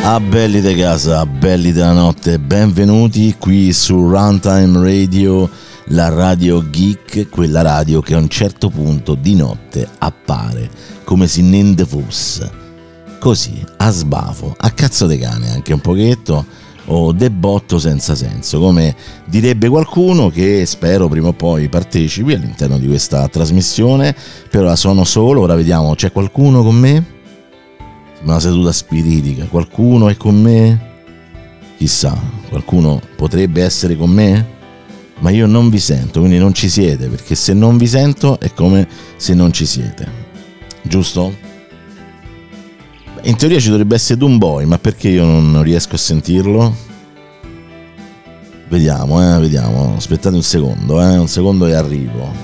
Ah, belli di casa, belli della notte, benvenuti qui su Runtime Radio, la radio geek, quella radio che a un certo punto di notte appare come se niente fosse, così, a sbafo, a cazzo de cane anche un pochetto, o de botto senza senso, come direbbe qualcuno che spero prima o poi partecipi all'interno di questa trasmissione. Per ora sono solo, ora vediamo, c'è qualcuno con me? Una seduta spiritica, qualcuno è con me? Chissà, qualcuno potrebbe essere con me? Ma io non vi sento, quindi non ci siete, perché se non vi sento è come se non ci siete, giusto? In teoria ci dovrebbe essere Doom Boy, ma perché io non riesco a sentirlo? Vediamo, aspettate un secondo e arrivo.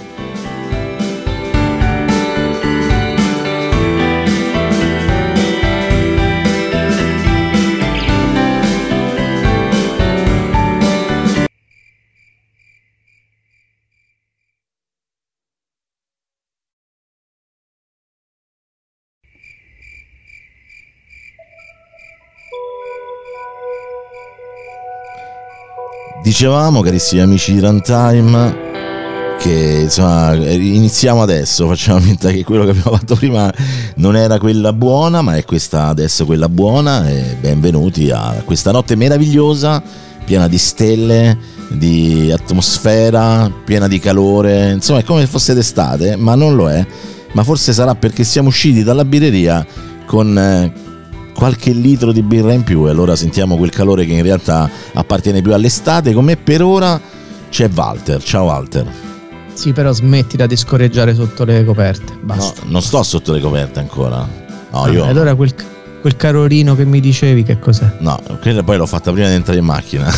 Dicevamo, carissimi amici di Runtime, che insomma iniziamo adesso, facciamo finta che quello che abbiamo fatto prima non era quella buona, ma è questa adesso quella buona, e benvenuti a questa notte meravigliosa, piena di stelle, di atmosfera, piena di calore, insomma è come se fosse d'estate, ma non lo è, ma forse sarà perché siamo usciti dalla birreria con qualche litro di birra in più e allora sentiamo quel calore che in realtà appartiene più all'estate. Con me per ora c'è Walter. Ciao Walter. Sì, però smettila di scorreggiare sotto le coperte, basta. No, non sto sotto le coperte ancora. No, io. Allora quel calorino che mi dicevi che cos'è? No, quella poi l'ho fatta prima di entrare in macchina.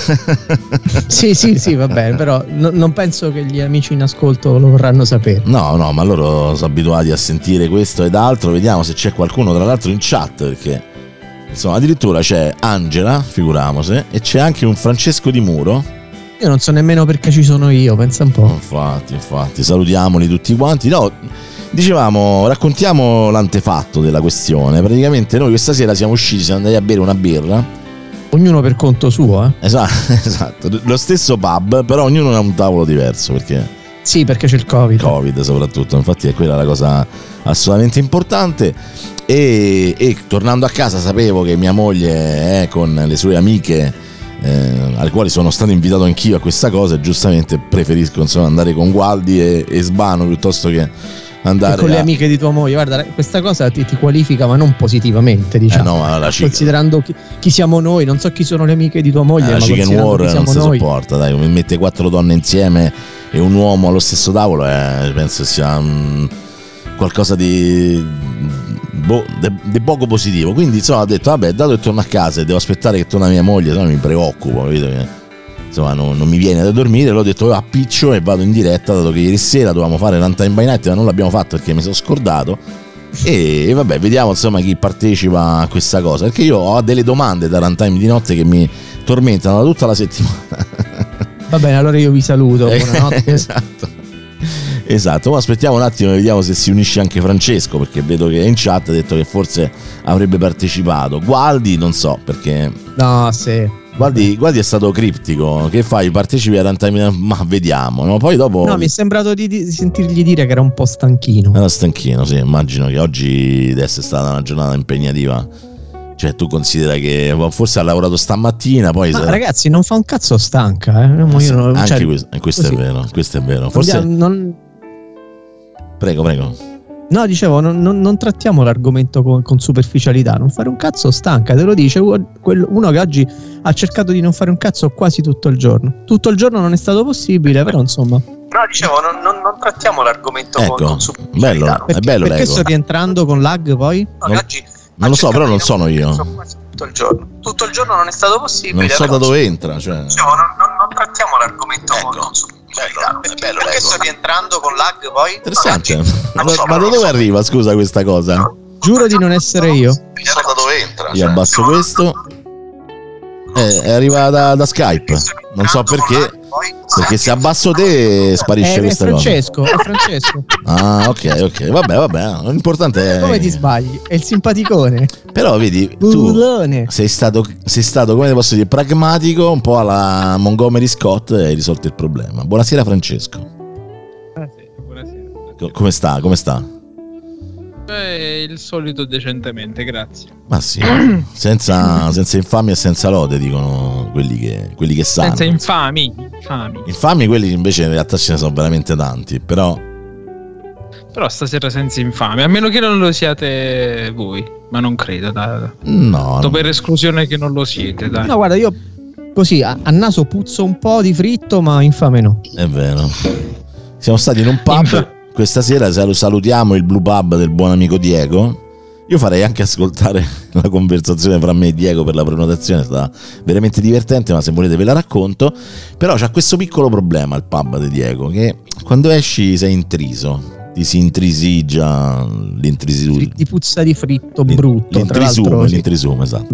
Sì, va bene, però non penso che gli amici in ascolto lo vorranno sapere. No, ma loro sono abituati a sentire questo ed altro. Vediamo se c'è qualcuno tra l'altro in chat, perché insomma addirittura c'è Angela, figuriamoci, e c'è anche un Francesco Di Muro. Io non so nemmeno perché ci sono io, pensa un po'. Infatti, salutiamoli tutti quanti. No, dicevamo, raccontiamo l'antefatto della questione. Praticamente noi questa sera siamo usciti, siamo andati a bere una birra. Ognuno per conto suo, eh? Esatto, lo stesso pub, però ognuno ha un tavolo diverso, perché sì, perché c'è il Covid soprattutto, infatti è quella la cosa assolutamente importante. E tornando a casa sapevo che mia moglie è con le sue amiche, alle quali sono stato invitato anch'io a questa cosa, e giustamente preferisco insomma andare con Gualdi e Sbano piuttosto che andare con le amiche di tua moglie. Guarda, questa cosa ti qualifica, ma non positivamente, diciamo. No, ma considerando chi siamo noi, non so chi sono le amiche di tua moglie, ma Chicken War non si noi. sopporta, dai, mi mette 4 donne insieme e un uomo allo stesso tavolo, penso sia qualcosa di poco positivo. Quindi insomma ho detto vabbè, dato che torno a casa e devo aspettare che torna mia moglie, se no mi preoccupo, capito? Insomma non mi viene da dormire. L'ho detto appiccio e vado in diretta, dato che ieri sera dovevamo fare Runtime by Night ma non l'abbiamo fatto perché mi sono scordato. E vabbè, vediamo insomma chi partecipa a questa cosa, perché io ho delle domande da Runtime di notte che mi tormentano da tutta la settimana. Va bene, allora io vi saluto, buonanotte. Esatto, ma aspettiamo un attimo e vediamo se si unisce anche Francesco, perché vedo che in chat ha detto che forse avrebbe partecipato. Gualdi non so perché. No, sì. Gualdi è stato criptico. Che fai? Partecipi a Runtime? Ma vediamo, no? Poi dopo. No, mi è sembrato di sentirgli dire che era un po' stanchino. Era stanchino, sì. Immagino che oggi adesso è stata una giornata impegnativa. Cioè, tu considera che forse ha lavorato stamattina, poi. Ma ragazzi, non fa un cazzo stanca, Sì, anche questo è vero. Questo è vero. Forse. Prego. No, dicevo, non trattiamo l'argomento con superficialità. Non fare un cazzo stanca, te lo dice uno che oggi ha cercato di non fare un cazzo quasi tutto il giorno. Tutto il giorno non è stato possibile, però insomma. No, dicevo, non trattiamo l'argomento con superficialità. Bello, è bello. Perché sto rientrando con lag poi? Oggi non lo so, però non sono io. Tutto il giorno non è stato possibile. Non so da dove entra, cioè. Dicevo, non trattiamo l'argomento con superficialità. Perché sto rientrando con lag poi? Interessante. Ma da dove arriva, scusa, questa cosa? Giuro di non essere io. Non so da dove entra. Io abbasso questo. Arriva da Skype. Non so perché. Perché se abbasso te sparisce questa Francesco, cosa. È Francesco. Ah, ok. Vabbè. L'importante è... Come ti sbagli? È il simpaticone. Però vedi, Bullone. tu sei stato, come ti posso dire, pragmatico, un po' alla Montgomery Scott, e hai risolto il problema. Buonasera Francesco. Buonasera. Come sta? Il solito decentemente, grazie. Ma sì, senza infamia e senza lode, dicono quelli che sanno. Senza infami. Infami quelli invece in realtà ce ne sono veramente tanti, però stasera senza infami, a meno che non lo siate voi, ma non credo, dai. No. Per esclusione che non lo siete, dai. No, guarda, io così a naso puzzo un po' di fritto, ma infame no. È vero. Siamo stati in un pub questa sera, salutiamo il Blue Pub del buon amico Diego. Io farei anche ascoltare la conversazione fra me e Diego per la prenotazione, è stata veramente divertente, ma se volete ve la racconto. Però c'ha questo piccolo problema il pub di Diego, che quando esci sei intriso, ti si intrisigia l'intrisitura. Ti puzza di fritto brutto, l'intrisume, esatto.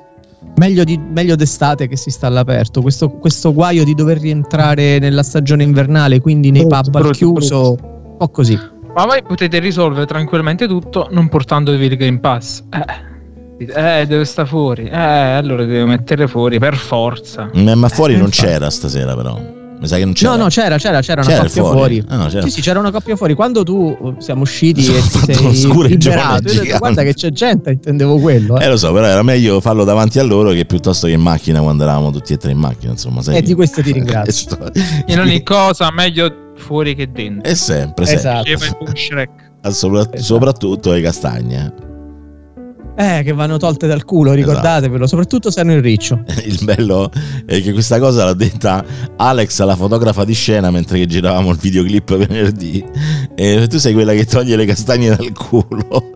Meglio d'estate che si sta all'aperto. Questo guaio di dover rientrare nella stagione invernale, quindi nei pub al chiuso, un po' così. Ma voi potete risolvere tranquillamente tutto non portandovi il Game Pass. Deve stare fuori. Allora devo mettere fuori per forza. Ma fuori non c'era stasera, però. Mi sa che non c'era. No, c'era una coppia fuori. No, c'era. Sì, c'era una coppia fuori. Quando tu siamo usciti e ti sei liberato, io ho detto, guarda che c'è gente, intendevo quello. Lo so, però era meglio farlo davanti a loro che piuttosto che in macchina, quando eravamo tutti e tre in macchina, insomma. E di questo ti ringrazio. In ogni cosa meglio fuori che dentro. È sempre. Esatto. Soprattutto le castagne. Che vanno tolte dal culo, ricordatevelo, esatto. Soprattutto se hanno il riccio. Il bello è che questa cosa l'ha detta Alex, la fotografa di scena, mentre che giravamo il videoclip venerdì. E tu sei quella che toglie le castagne dal culo.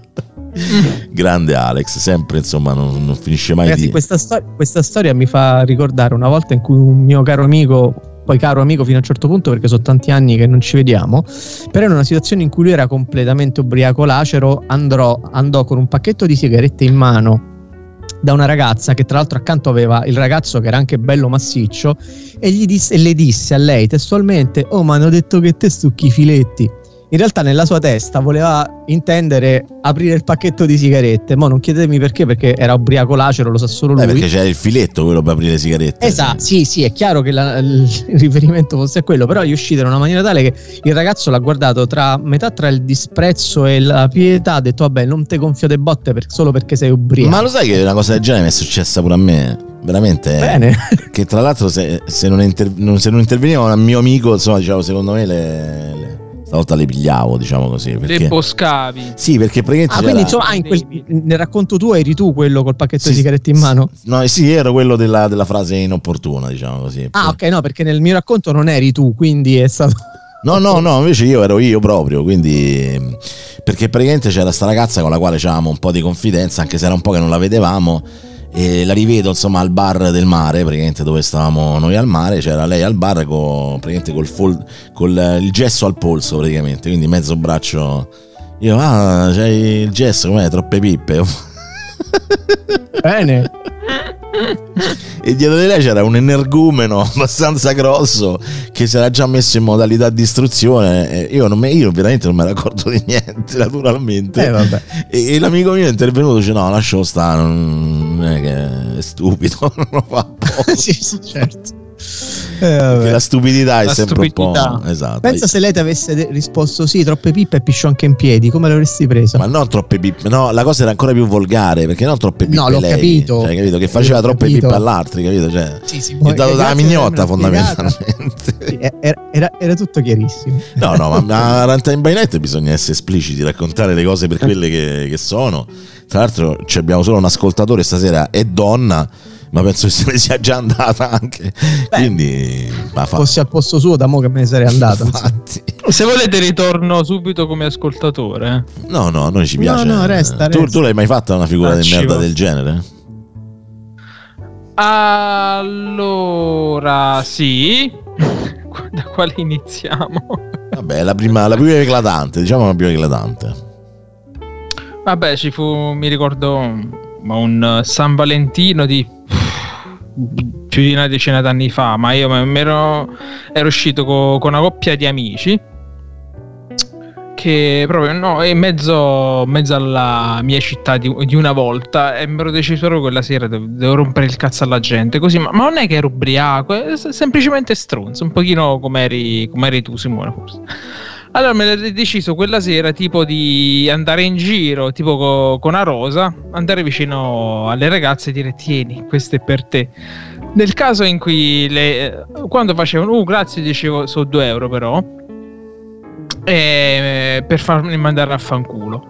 Grande Alex, sempre, insomma, non finisce mai. Ragazzi, questa storia mi fa ricordare una volta in cui un mio caro amico, poi caro amico fino a un certo punto perché sono tanti anni che non ci vediamo, però in una situazione in cui lui era completamente ubriaco lacero, andò con un pacchetto di sigarette in mano da una ragazza che tra l'altro accanto aveva il ragazzo che era anche bello massiccio e le disse a lei testualmente: "Oh, ma hanno detto che te stucchi i filetti". In realtà nella sua testa voleva intendere aprire il pacchetto di sigarette, ma non chiedetemi perché era ubriaco lacero, lo sa solo lui. Perché c'era il filetto quello per aprire le sigarette. Esatto, sì, è chiaro che il riferimento fosse quello, però gli è uscito in una maniera tale che il ragazzo l'ha guardato metà tra il disprezzo e la pietà, ha detto vabbè, non te gonfio de botte solo perché sei ubriaco. Ma lo sai che una cosa del genere mi è successa pure a me? Veramente. Bene. Che tra l'altro se non interveniva un mio amico, insomma, diciamo, secondo me stavolta le pigliavo, diciamo così, perché... Le boscavi. Sì, perché praticamente quindi insomma nel racconto tuo eri tu quello col pacchetto di sigarette in mano? No, sì, ero quello della frase inopportuna, diciamo così. Ok, no, perché nel mio racconto non eri tu, quindi è stato... No, invece ero io proprio, quindi... Perché praticamente c'era sta ragazza con la quale c'avevamo un po' di confidenza, anche se era un po' che non la vedevamo, e la rivedo insomma al bar del mare, praticamente dove stavamo noi al mare, c'era lei al bar con il gesso al polso praticamente, quindi mezzo braccio. Io, c'hai il gesso, com'è? Troppe pippe. Bene. E dietro di lei c'era un energumeno abbastanza grosso che si era già messo in modalità di istruzione. Io veramente non mi ero accorto di niente, naturalmente. Vabbè. E l'amico mio è intervenuto, dice no, lascialo stare, non è che è stupido, non lo fa apposta. Sì, certo. Perché la stupidità è sempre un po'. Esatto. Pensa se lei ti avesse risposto sì, troppe pippe e piscio anche in piedi, come l'avresti presa? Ma non troppe pippe, no, la cosa era ancora più volgare, perché non troppe pippe. No, l'ho lei, capito. Cioè, capito? Che faceva troppe pippe all'altri, capito? Cioè, sì, è dato dalla mignotta fondamentalmente. Sì, era tutto chiarissimo. No, ma a Runtime by Night bisogna essere espliciti, raccontare le cose per quelle che sono. Tra l'altro abbiamo solo un ascoltatore stasera, è donna, ma penso che se ne sia già andata anche. Quindi fossi al posto suo da mo' che me ne sarei andata. Infatti. Se volete ritorno subito come ascoltatore. No, a noi ci piace. No, resta. Tu l'hai mai fatta una figura di merda del genere? Allora, sì. Da quale iniziamo? Vabbè, la più eclatante, diciamo la più eclatante. Vabbè, ci fu, mi ricordo, un San Valentino di più di una decina d'anni fa, ma io ero uscito con una coppia di amici che proprio in mezzo alla mia città di una volta, e mi ero deciso proprio quella sera devo rompere il cazzo alla gente così, ma non è che ero ubriaco, è semplicemente stronzo, un pochino come eri tu, Simone, forse. Allora me l'ho deciso quella sera tipo di andare in giro tipo con una rosa, andare vicino alle ragazze e dire: tieni, questo è per te. Nel caso in cui quando facevano grazie, dicevo sono 2 euro però, per farmi mandare a fanculo.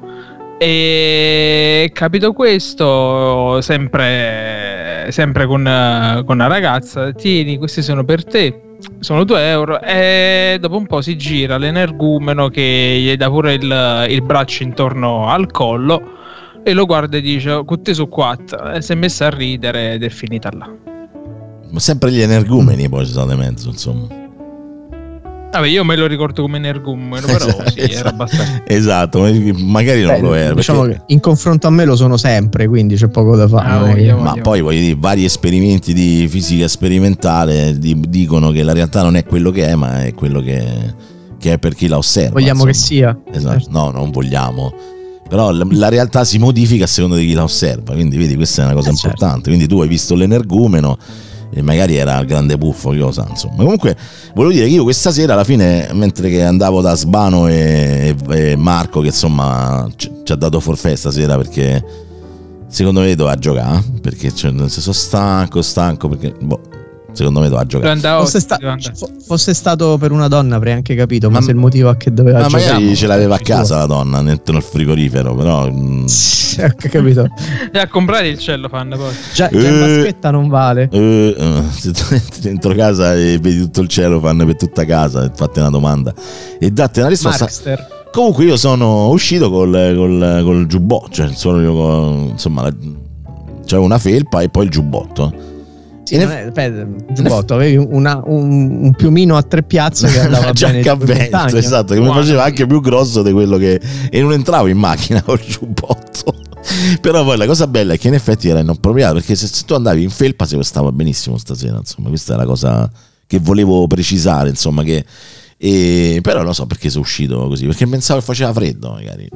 E capito questo, sempre con una ragazza: tieni, questi sono per te, sono 2 euro. E dopo un po' si gira l'energumeno che gli dà pure il braccio intorno al collo e lo guarda e dice: cutte su 4. E si è messa a ridere ed è finita là. Ma sempre gli energumeni poi ci sono di mezzo, insomma. Vabbè, io me lo ricordo come energumeno, però sì, era abbastanza. Esatto, magari non lo era. Diciamo perché... che in confronto a me lo sono sempre, quindi c'è poco da fare. Ma poi voglio dire, vari esperimenti di fisica sperimentale dicono che la realtà non è quello che è, ma è quello che è per chi la osserva. Vogliamo insomma. che sia. Esatto. Certo. No, non vogliamo. Però la realtà si modifica a seconda di chi la osserva, quindi vedi, questa è una cosa importante. Certo. Quindi tu hai visto l'energumeno e magari era il grande buffo, che lo sa, insomma. Comunque volevo dire che io questa sera alla fine, mentre che andavo da Sbano e Marco, che insomma ci ha dato forfè stasera, perché secondo me doveva giocare, perché sono stanco perché secondo me doveva giocare. Fosse stato per una donna avrei anche capito, ma se il motivo è che doveva giocare, magari ce l'aveva a casa la donna dentro nel frigorifero, però ho capito. E a comprare il cellophane poi. Già in vaschetta non vale. Se tu entri dentro casa e vedi tutto il cellophane per tutta casa, fate una domanda e date una risposta. Markster. Comunque io sono uscito col giubbotto, cioè solo io insomma c'è una felpa e poi il giubbotto. Sì, giubbotto, avevi un piumino a 3 piazze che andava bene, esatto, che mi faceva anche più grosso di quello che, e non entravo in macchina col giubbotto. Però poi la cosa bella è che in effetti era inappropriato, perché se tu andavi in felpa se stava benissimo stasera, insomma. Questa è la cosa che volevo precisare, insomma, però non so perché sono uscito così, perché pensavo che faceva freddo magari.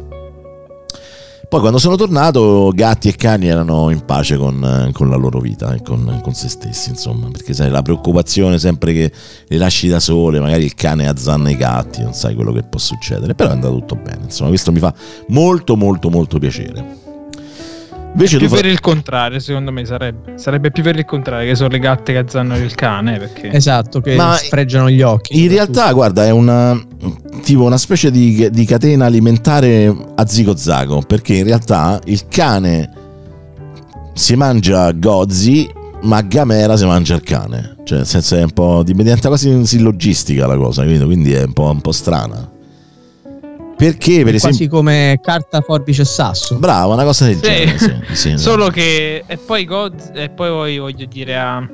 Poi quando sono tornato, gatti e cani erano in pace con la loro vita e con se stessi, insomma, perché sai, la preoccupazione sempre che li lasci da sole, magari il cane azzanna i gatti, non sai quello che può succedere, però è andato tutto bene, insomma. Questo mi fa molto molto molto piacere. Invece più per il contrario, secondo me sarebbe più per il contrario, che sono le gatte che azzannano il cane, perché esatto, che sfregiano gli occhi. In realtà guarda, è una specie di catena alimentare a zigo-zago, perché in realtà il cane si mangia Gozzi, ma Gamera si mangia il cane, cioè nel senso è un po' diventa quasi sillogistica la cosa, quindi è un po' strana. Perché per quasi come carta, forbice e sasso. Bravo, una cosa del genere. Sì, solo che e poi voglio dire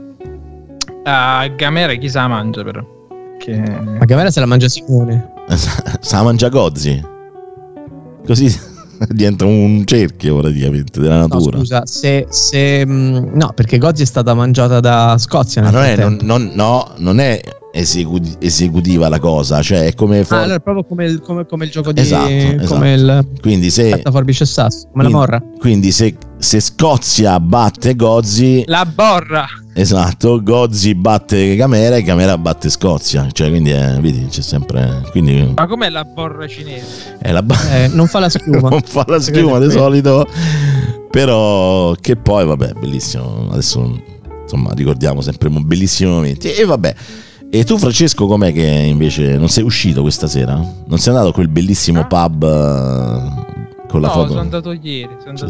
a Gamera chi se la mangia, però a Gamera se la mangia Simone. Se la mangia Gozzi. Così diventa un cerchio praticamente della natura. No, scusa, no, perché Gozzi è stata mangiata da Scozia. Ma non è esecutiva la cosa, cioè è come allora è proprio come il gioco di esatto. Come il quindi se forbice e sasso, come la morra. Quindi se Scozia batte Gozzi, la borra, esatto, Gozzi batte Gamera e Gamera batte Scozia, cioè quindi vedi, c'è sempre, quindi... Ma com'è la borra cinese? Non fa la schiuma. Non fa la schiuma di solito, però che poi vabbè, bellissimo, adesso insomma ricordiamo sempre bellissimi momenti. E vabbè, e tu Francesco com'è che invece non sei uscito questa sera? Non sei andato a quel bellissimo pub con la foto? Sono andato ieri.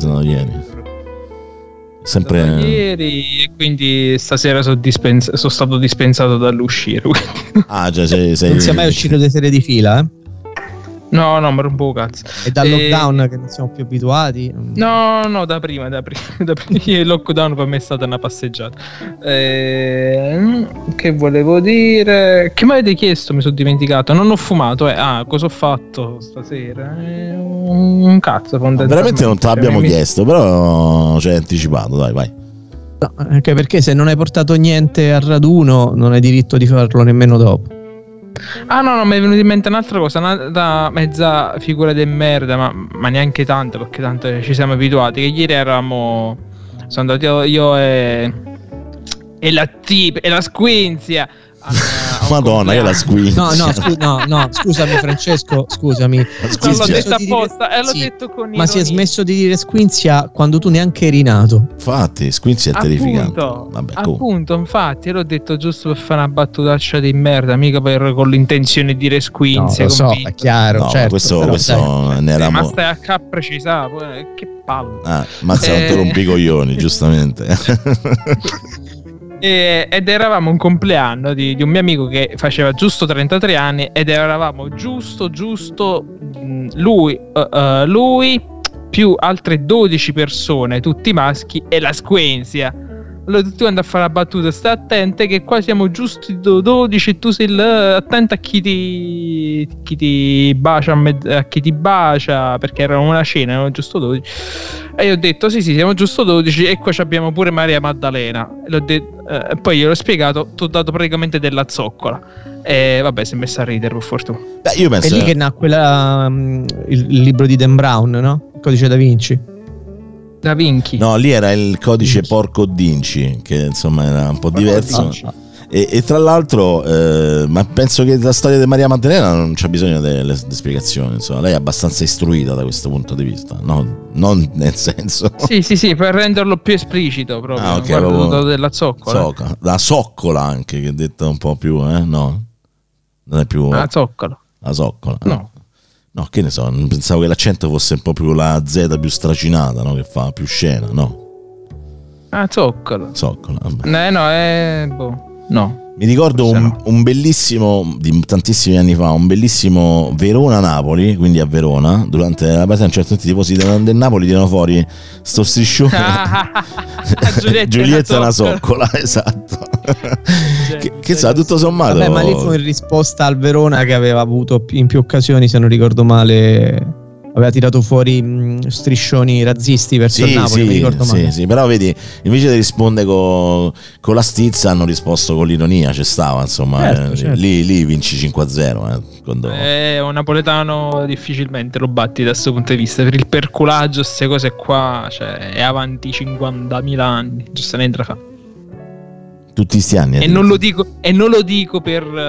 Sempre ieri, e quindi stasera sono stato dispensato dall'uscire. Cioè non sei mai uscito le sere di fila, eh? No, mi rompo cazzo. E dal lockdown che non siamo più abituati? No, da prima. Il lockdown per me è stata una passeggiata. Che volevo dire? Che mi avete chiesto? Mi sono dimenticato. Non ho fumato. Cosa ho fatto stasera? Un cazzo. Veramente non te l'abbiamo chiesto, però ci hai anticipato. Dai, vai. No, anche perché se non hai portato niente al raduno non hai diritto di farlo nemmeno dopo. Ah no, mi è venuta in mente un'altra cosa, una mezza figura di merda, ma neanche tanto, perché tanto ci siamo abituati. Che ieri sono andato io e la Squinzia. Madonna, io la squinzia. No, scusami Francesco, scusami. Non l'ho detto apposta, l'ho detto con ironia. Ma si è smesso di dire squinzia quando tu neanche eri nato. Infatti, squinzia è terrificante. Appunto, infatti, l'ho detto giusto per fare una battutaccia di merda, mica con l'intenzione di dire squinzia. No, lo so, è chiaro, no, certo. Questo ne eravamo... Ma stai a K precisare, che palle. Mazza, non te rompi i coglioni, giustamente. Ed eravamo un compleanno di un mio amico che faceva giusto 33 anni ed eravamo giusto lui più altre 12 persone, tutti maschi, e la Squinzia. Allora tutti quanti a fare la battuta, stai attente che qua siamo giusti 12 e tu sei attenta a chi ti bacia, a chi ti bacia, perché era una cena, erano giusto 12. E io ho detto sì, siamo giusto 12 e qua abbiamo pure Maria Maddalena. E poi gliel'ho spiegato, ti ho dato praticamente della zoccola. E vabbè, si è messa a ridere per fortuna. Beh, io penso... È lì che nacque il libro di Dan Brown, no? Il codice da Vinci. Da Vinci. No, lì era il codice Porco Dinci, che insomma era un po' diverso. E tra l'altro, ma penso che la storia di Maria Maddalena non c'è bisogno di spiegazioni. Insomma, lei è abbastanza istruita da questo punto di vista, no? Non nel senso. Sì, per renderlo più esplicito proprio. Ah, okay, proprio della zoccola. La zoccola anche, che è detta un po' più, no? Non è più. La zoccola. La zoccola. No. No, che ne so, pensavo che l'accento fosse un po' più la Z più stracinata, no? Che fa più scena, no? Ah, zoccola. Zoccola, vabbè. No. Mi ricordo un bellissimo, di tantissimi anni fa, un bellissimo Verona-Napoli, quindi a Verona, durante la partita a un certo punto i tifosi del Napoli tirano fuori sto striscione. Giulietta è una zoccola, esatto. Che sa, tutto sommato. Vabbè, ma lì fu in risposta al Verona che aveva avuto in più occasioni, se non ricordo male, aveva tirato fuori striscioni razzisti verso il Napoli, mi ricordo male. Sì, però vedi, invece di rispondere con la stizza hanno risposto con l'ironia, c'è stava, insomma, certo. Lì vinci 5-0. Un napoletano difficilmente lo batti da questo punto di vista, per il perculaggio, queste cose qua, cioè è avanti 50.000 anni, giustamente la fa. Tutti sti anni. E non lo dico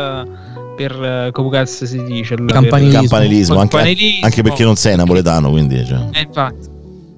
per come cazzo si dice, campanilismo. Anche perché non sei napoletano, quindi infatti.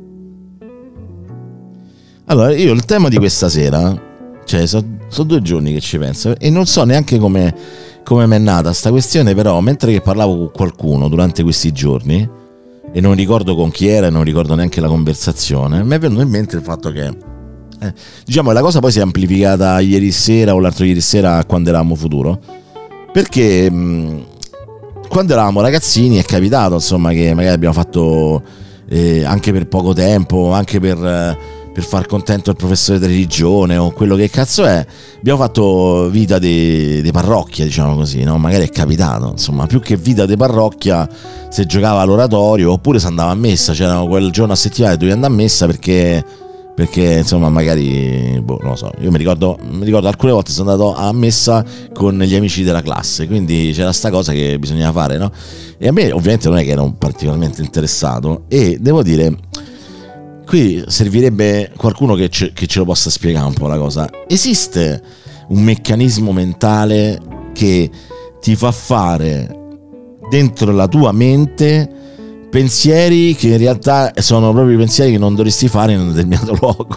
Allora, io il tema di questa sera, cioè sono 2 giorni che ci penso e non so neanche come mi è nata sta questione, però mentre che parlavo con qualcuno durante questi giorni e non ricordo con chi era e non ricordo neanche la conversazione, mi è venuto in mente il fatto che diciamo la cosa poi si è amplificata ieri sera o l'altro ieri sera quando eravamo Futuro, perché quando eravamo ragazzini è capitato insomma che magari abbiamo fatto anche per poco tempo, anche per far contento il professore di religione o quello che cazzo è, abbiamo fatto vita di parrocchia, diciamo così, no? Magari è capitato, insomma, più che vita di parrocchia si giocava all'oratorio oppure si andava a messa, c'era quel giorno a settimana dovevi andare a messa perché insomma magari non lo so, io mi ricordo alcune volte sono andato a messa con gli amici della classe, quindi c'era sta cosa che bisognava fare, no? E a me ovviamente non è che ero particolarmente interessato e devo dire, qui servirebbe qualcuno che ce lo possa spiegare un po' la cosa. Esiste un meccanismo mentale che ti fa fare dentro la tua mente pensieri che in realtà sono proprio i pensieri che non dovresti fare in un determinato luogo?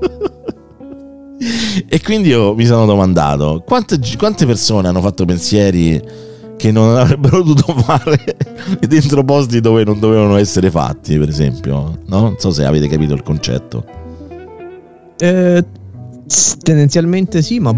E quindi io mi sono domandato quante persone hanno fatto pensieri che non avrebbero dovuto fare dentro posti dove non dovevano essere fatti, per esempio, no? Non so se avete capito il concetto. Tendenzialmente sì, ma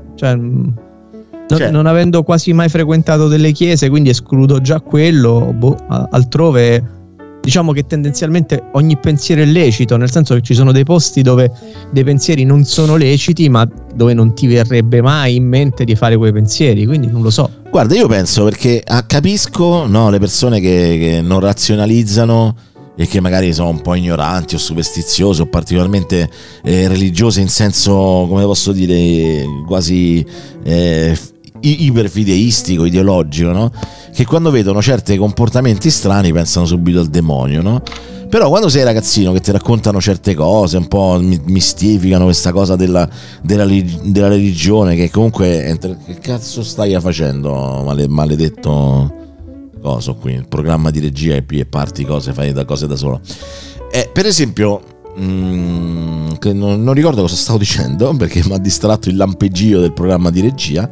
non avendo quasi mai frequentato delle chiese, quindi escludo già quello, altrove diciamo che tendenzialmente ogni pensiero è lecito, nel senso che ci sono dei posti dove dei pensieri non sono leciti, ma dove non ti verrebbe mai in mente di fare quei pensieri, quindi non lo so. Guarda, io penso, perché capisco, no, le persone che non razionalizzano e che magari sono un po' ignoranti o superstiziosi o particolarmente religiose in senso, come posso dire, quasi iperfideistico, ideologico, no? Che quando vedono certi comportamenti strani pensano subito al demonio, no? Però quando sei ragazzino che ti raccontano certe cose, un po' mistificano questa cosa della religione, che comunque che cazzo stai facendo, maledetto coso qui, il programma di regia e parti cose, fai da cose da solo. Per esempio, che non ricordo cosa stavo dicendo perché mi ha distratto il lampeggio del programma di regia.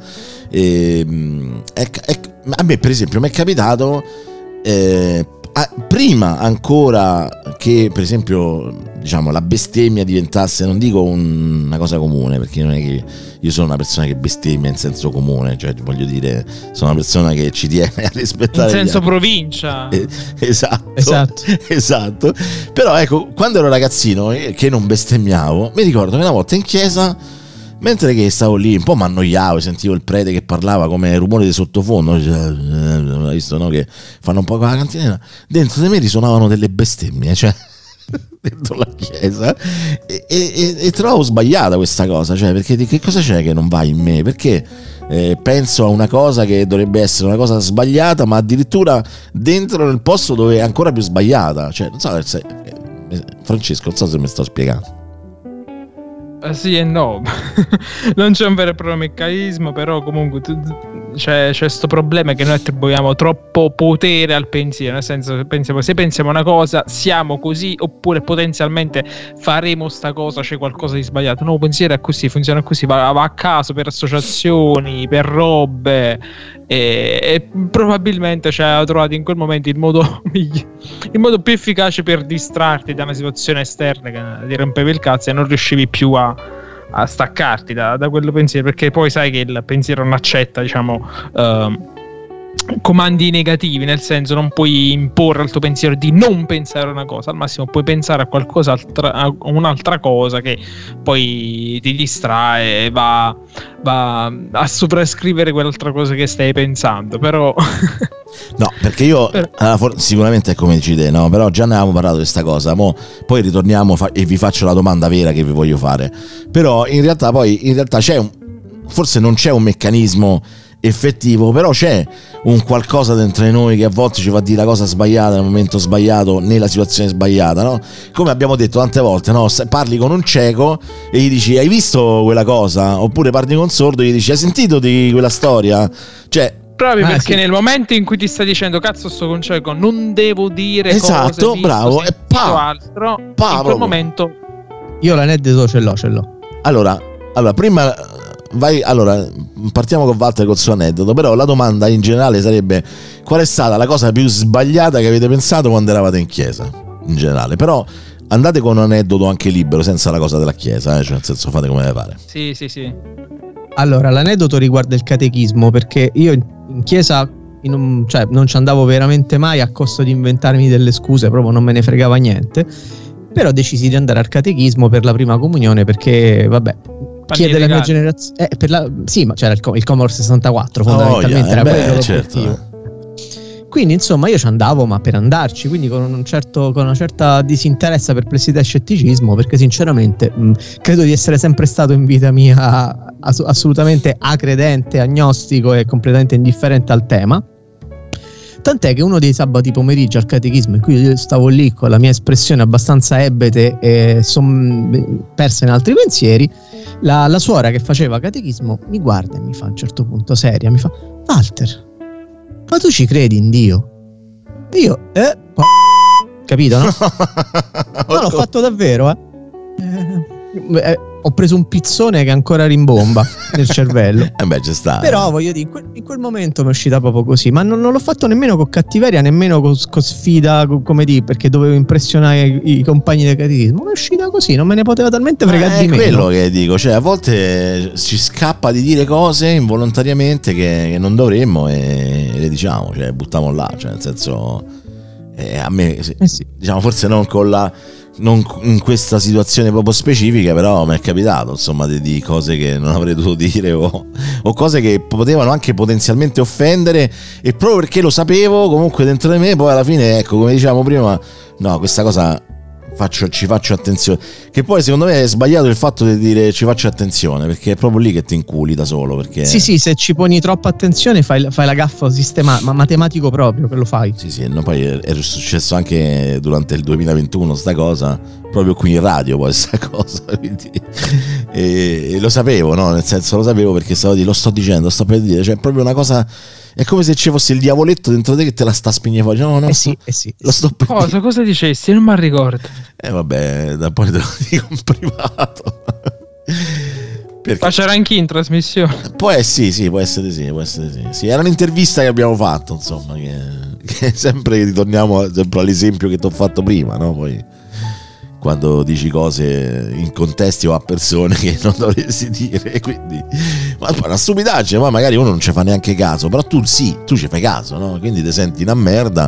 A me per esempio mi è capitato prima ancora che per esempio diciamo la bestemmia diventasse, non dico una cosa comune, perché non è che io sono una persona che bestemmia in senso comune, cioè voglio dire sono una persona che ci tiene a rispettare in senso provincia. Esatto. Però ecco, quando ero ragazzino che non bestemmiavo, mi ricordo che una volta in chiesa, mentre che stavo lì un po' mi annoiavo, sentivo il prete che parlava come rumore di sottofondo, hai visto, no? Che fanno un po' con la cantina, dentro di me risuonavano delle bestemmie, cioè dentro la chiesa, e trovo sbagliata questa cosa, cioè perché che cosa c'è che non va in me? Perché penso a una cosa che dovrebbe essere una cosa sbagliata, ma addirittura dentro nel posto dove è ancora più sbagliata, cioè non so se Francesco, non so se mi sto spiegando. Sì e no. Non c'è un vero e proprio meccanismo, però comunque c'è questo problema che noi attribuiamo troppo potere al pensiero, nel senso che se pensiamo una cosa siamo così, oppure potenzialmente faremo sta cosa, c'è qualcosa di sbagliato. No, il pensiero è così, funziona così, va a caso per associazioni, per robe, e probabilmente ha trovato in quel momento il modo più efficace per distrarti da una situazione esterna che ti rompeva il cazzo e non riuscivi più a staccarti da quello pensiero, perché poi sai che il pensiero non accetta, diciamo, comandi negativi, nel senso non puoi imporre al tuo pensiero di non pensare a una cosa, al massimo puoi pensare a qualcos'altro, a un'altra cosa che poi ti distrae e va a sovrascrivere quell'altra cosa che stai pensando, però no, perché io sicuramente è come dici te, no? Però già ne avevamo parlato di questa cosa, poi ritorniamo e vi faccio la domanda vera che vi voglio fare. Però in realtà c'è forse non c'è un meccanismo effettivo, però c'è un qualcosa dentro di noi che a volte ci fa dire la cosa sbagliata nel momento sbagliato, nella situazione sbagliata, no? Come abbiamo detto tante volte, no? Parli con un cieco e gli dici hai visto quella cosa? Oppure parli con un sordo e gli dici hai sentito di quella storia? Cioè proprio perché sì, nel momento in cui ti sta dicendo cazzo sto con cieco, non devo dire esatto, cose, bravo, e altro, in quel momento io l'aneddoto ce l'ho. Allora prima partiamo con Walter col suo aneddoto, però la domanda in generale sarebbe qual è stata la cosa più sbagliata che avete pensato quando eravate in chiesa, in generale, però andate con un aneddoto anche libero, senza la cosa della chiesa, cioè nel senso fate come vi pare. Sì. Allora, l'aneddoto riguarda il catechismo, perché io in chiesa non ci andavo veramente mai a costo di inventarmi delle scuse, proprio non me ne fregava niente, però decisi di andare al catechismo per la prima comunione perché, vabbè, chi è della mia generazione sì, ma c'era il Commodore 64 fondamentalmente, era quello certo. Quindi insomma io ci andavo, ma per andarci, quindi con una certa disinteresse, perplessità e scetticismo, perché sinceramente credo di essere sempre stato in vita mia assolutamente acredente, agnostico e completamente indifferente al tema. Tant'è che uno dei sabati pomeriggio al catechismo in cui io stavo lì con la mia espressione abbastanza ebete e persa in altri pensieri, la suora che faceva catechismo mi guarda e mi fa a un certo punto seria, mi fa: Walter, ma tu ci credi in Dio? E io capito, no? No, l'ho fatto davvero, ho preso un pizzone che ancora rimbomba nel cervello. Beh, ci sta. Però voglio dire, in quel momento mi è uscita proprio così, ma non l'ho fatto nemmeno con cattiveria, nemmeno con sfida, come dire, perché dovevo impressionare i compagni del catechismo. Mi è uscita così, non me ne poteva talmente fregare di meno. È quello che dico, cioè a volte ci scappa di dire cose involontariamente che non dovremmo e le diciamo, cioè buttiamo là, cioè nel senso a me sì. Diciamo forse non con non in questa situazione proprio specifica, però mi è capitato insomma di cose che non avrei dovuto dire o cose che potevano anche potenzialmente offendere, e proprio perché lo sapevo comunque dentro di me, poi alla fine, ecco, come dicevamo prima, no, questa cosa ci faccio attenzione, che poi secondo me è sbagliato il fatto di dire ci faccio attenzione, perché è proprio lì che ti inculi da solo, perché sì, se ci poni troppa attenzione fai la gaffa ma matematico proprio che lo fai. Sì, no, poi è successo anche durante il 2021 sta cosa, proprio qui in radio poi sta cosa, quindi, e lo sapevo, no? Nel senso, lo sapevo perché lo sto dicendo, sto per dire, cioè è proprio una cosa, è come se ci fosse il diavoletto dentro te che te la sta spignendo fuori. No, sì. Lo sto per dire. Cosa dicesti? Non mi ricordo. Vabbè, da poi te lo dico in privato. Ma c'era anche in trasmissione. Può essere sì. Sì, era un'intervista che abbiamo fatto, insomma, che sempre ritorniamo sempre all'esempio che ti ho fatto prima, no? Poi quando dici cose in contesti o a persone che non dovresti dire, quindi ma poi una stupidaggine, ma magari uno non ci fa neanche caso, però tu ci fai caso, no? Quindi ti senti una merda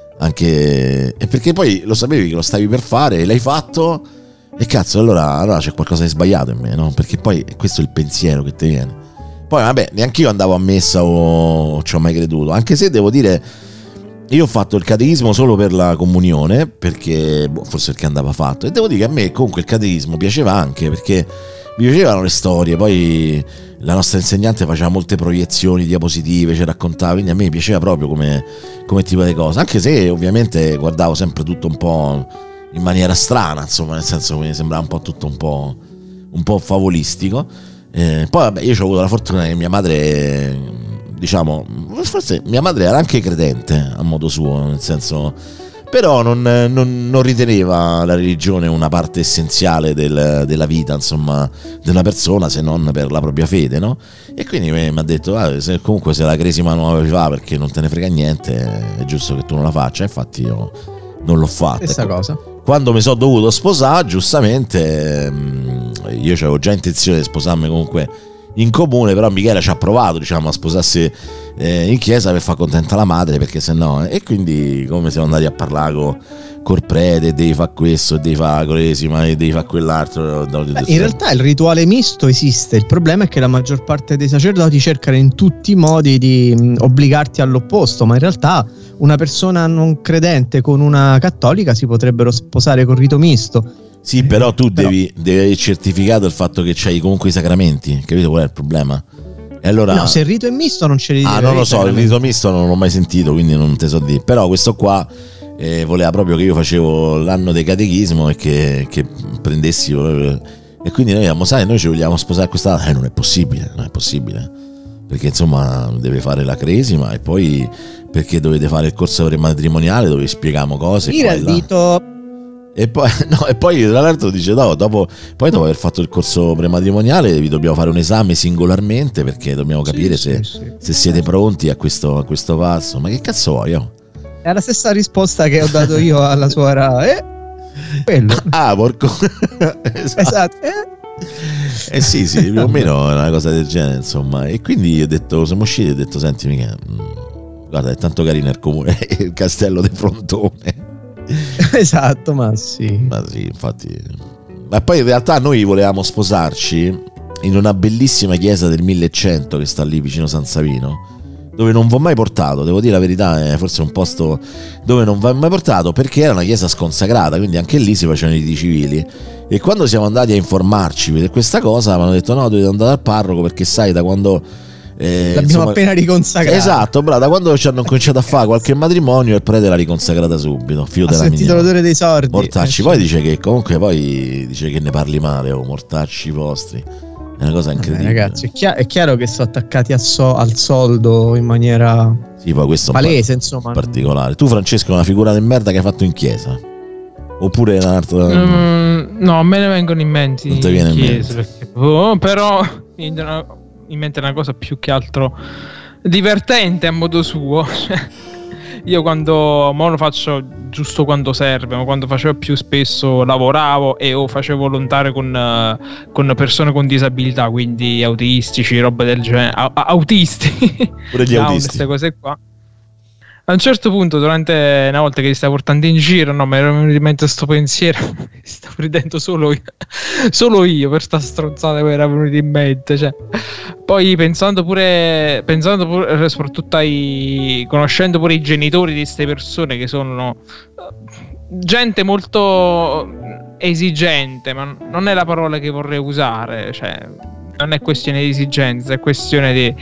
anche, e perché poi lo sapevi che lo stavi per fare e l'hai fatto, e cazzo, allora c'è qualcosa di sbagliato in me, no? Perché poi questo è il pensiero che ti viene. Poi vabbè, neanche io andavo a messa o ci ho mai creduto, anche se devo dire, io ho fatto il catechismo solo per la comunione, perché forse perché andava fatto, e devo dire che a me comunque il catechismo piaceva anche perché mi piacevano le storie, poi la nostra insegnante faceva molte proiezioni, diapositive, ci raccontava, quindi a me piaceva proprio come tipo di cosa, anche se ovviamente guardavo sempre tutto un po' in maniera strana, insomma, nel senso che mi sembrava un po' tutto un po' favolistico. Poi vabbè, io ho avuto la fortuna che mia madre, diciamo, forse mia madre era anche credente a modo suo, nel senso, però non riteneva la religione una parte essenziale della vita, insomma, della persona, se non per la propria fede, no? E quindi mi ha detto, se la cresima non la fa perché non te ne frega niente, è giusto che tu non la faccia. Infatti io non l'ho fatta. Stessa cosa. Quando mi sono dovuto sposare, giustamente, io avevo già intenzione di sposarmi comunque in comune, però Michela ci ha provato, diciamo, a sposarsi in chiesa per far contenta la madre, perché sennò, e quindi come siamo andati a parlare col prete, devi fare questo, devi fare la cresima, devi fare quell'altro. In realtà il rituale misto esiste, il problema è che la maggior parte dei sacerdoti cercano in tutti i modi di obbligarti all'opposto, ma in realtà una persona non credente con una cattolica si potrebbero sposare col rito misto. Sì, però tu devi aver certificato il fatto che c'hai comunque i sacramenti, capito qual è il problema? E allora, no, se il rito è misto non ce li devi. Non lo so, il rito misto non l'ho mai sentito, quindi non te so dire. Però questo qua voleva proprio che io facevo l'anno di catechismo e che prendessi e quindi noi diciamo, sai, noi ci vogliamo sposare questa, non è possibile, perché insomma deve fare la cresima e poi perché dovete fare il corso prematrimoniale dove spieghiamo cose e poi tra l'altro dice dopo aver fatto il corso prematrimoniale vi dobbiamo fare un esame singolarmente perché dobbiamo capire se siete pronti a questo passo. Ma che cazzo vuoi? È la stessa risposta che ho dato io alla suora. Quello. Porco. Esatto. Sì, più o meno è una cosa del genere, insomma. E quindi ho detto, siamo usciti e ho detto, senti mica, guarda, è tanto carino il comune, il castello di Frontone. Esatto, ma sì, infatti. Ma poi in realtà noi volevamo sposarci in una bellissima chiesa del 1100 che sta lì vicino San Savino, dove non vi ho mai portato, devo dire la verità, è forse un posto dove non vi ho mai portato perché era una chiesa sconsacrata, quindi anche lì si facevano i riti civili. E quando siamo andati a informarci per questa cosa mi hanno detto no, dovete andare al parroco perché sai, da quando l'abbiamo appena riconsacrata. Esatto, bravo, da quando ci hanno cominciato a fare qualche matrimonio il prete l'ha riconsacrata subito, figlio della sentito l'odore dei sordi, mortacci. Poi dice che comunque dice che ne parli male, mortacci vostri, è una cosa incredibile. Ragazzi, è chiaro che sono attaccati al soldo in maniera poi questo palese, insomma, particolare. Tu Francesco è una figura di merda che hai fatto in chiesa oppure no, me ne vengono in mente non ti viene in mente perché, però in mente una cosa più che altro divertente a modo suo. Io quando lo faccio giusto quando serve, ma quando facevo più spesso lavoravo o facevo volontari con persone con disabilità, quindi autistici, roba del genere, autisti, pure gli autisti, queste cose qua. A un certo punto, durante una volta che li stavo portando in giro, no, mi era venuto in mente sto pensiero, stavo ridendo solo io per sta stronzata che mi era venuta in mente, cioè. Poi pensando pure soprattutto conoscendo pure i genitori di queste persone, che sono gente molto esigente, ma non è la parola che vorrei usare, cioè non è questione di esigenza, è questione di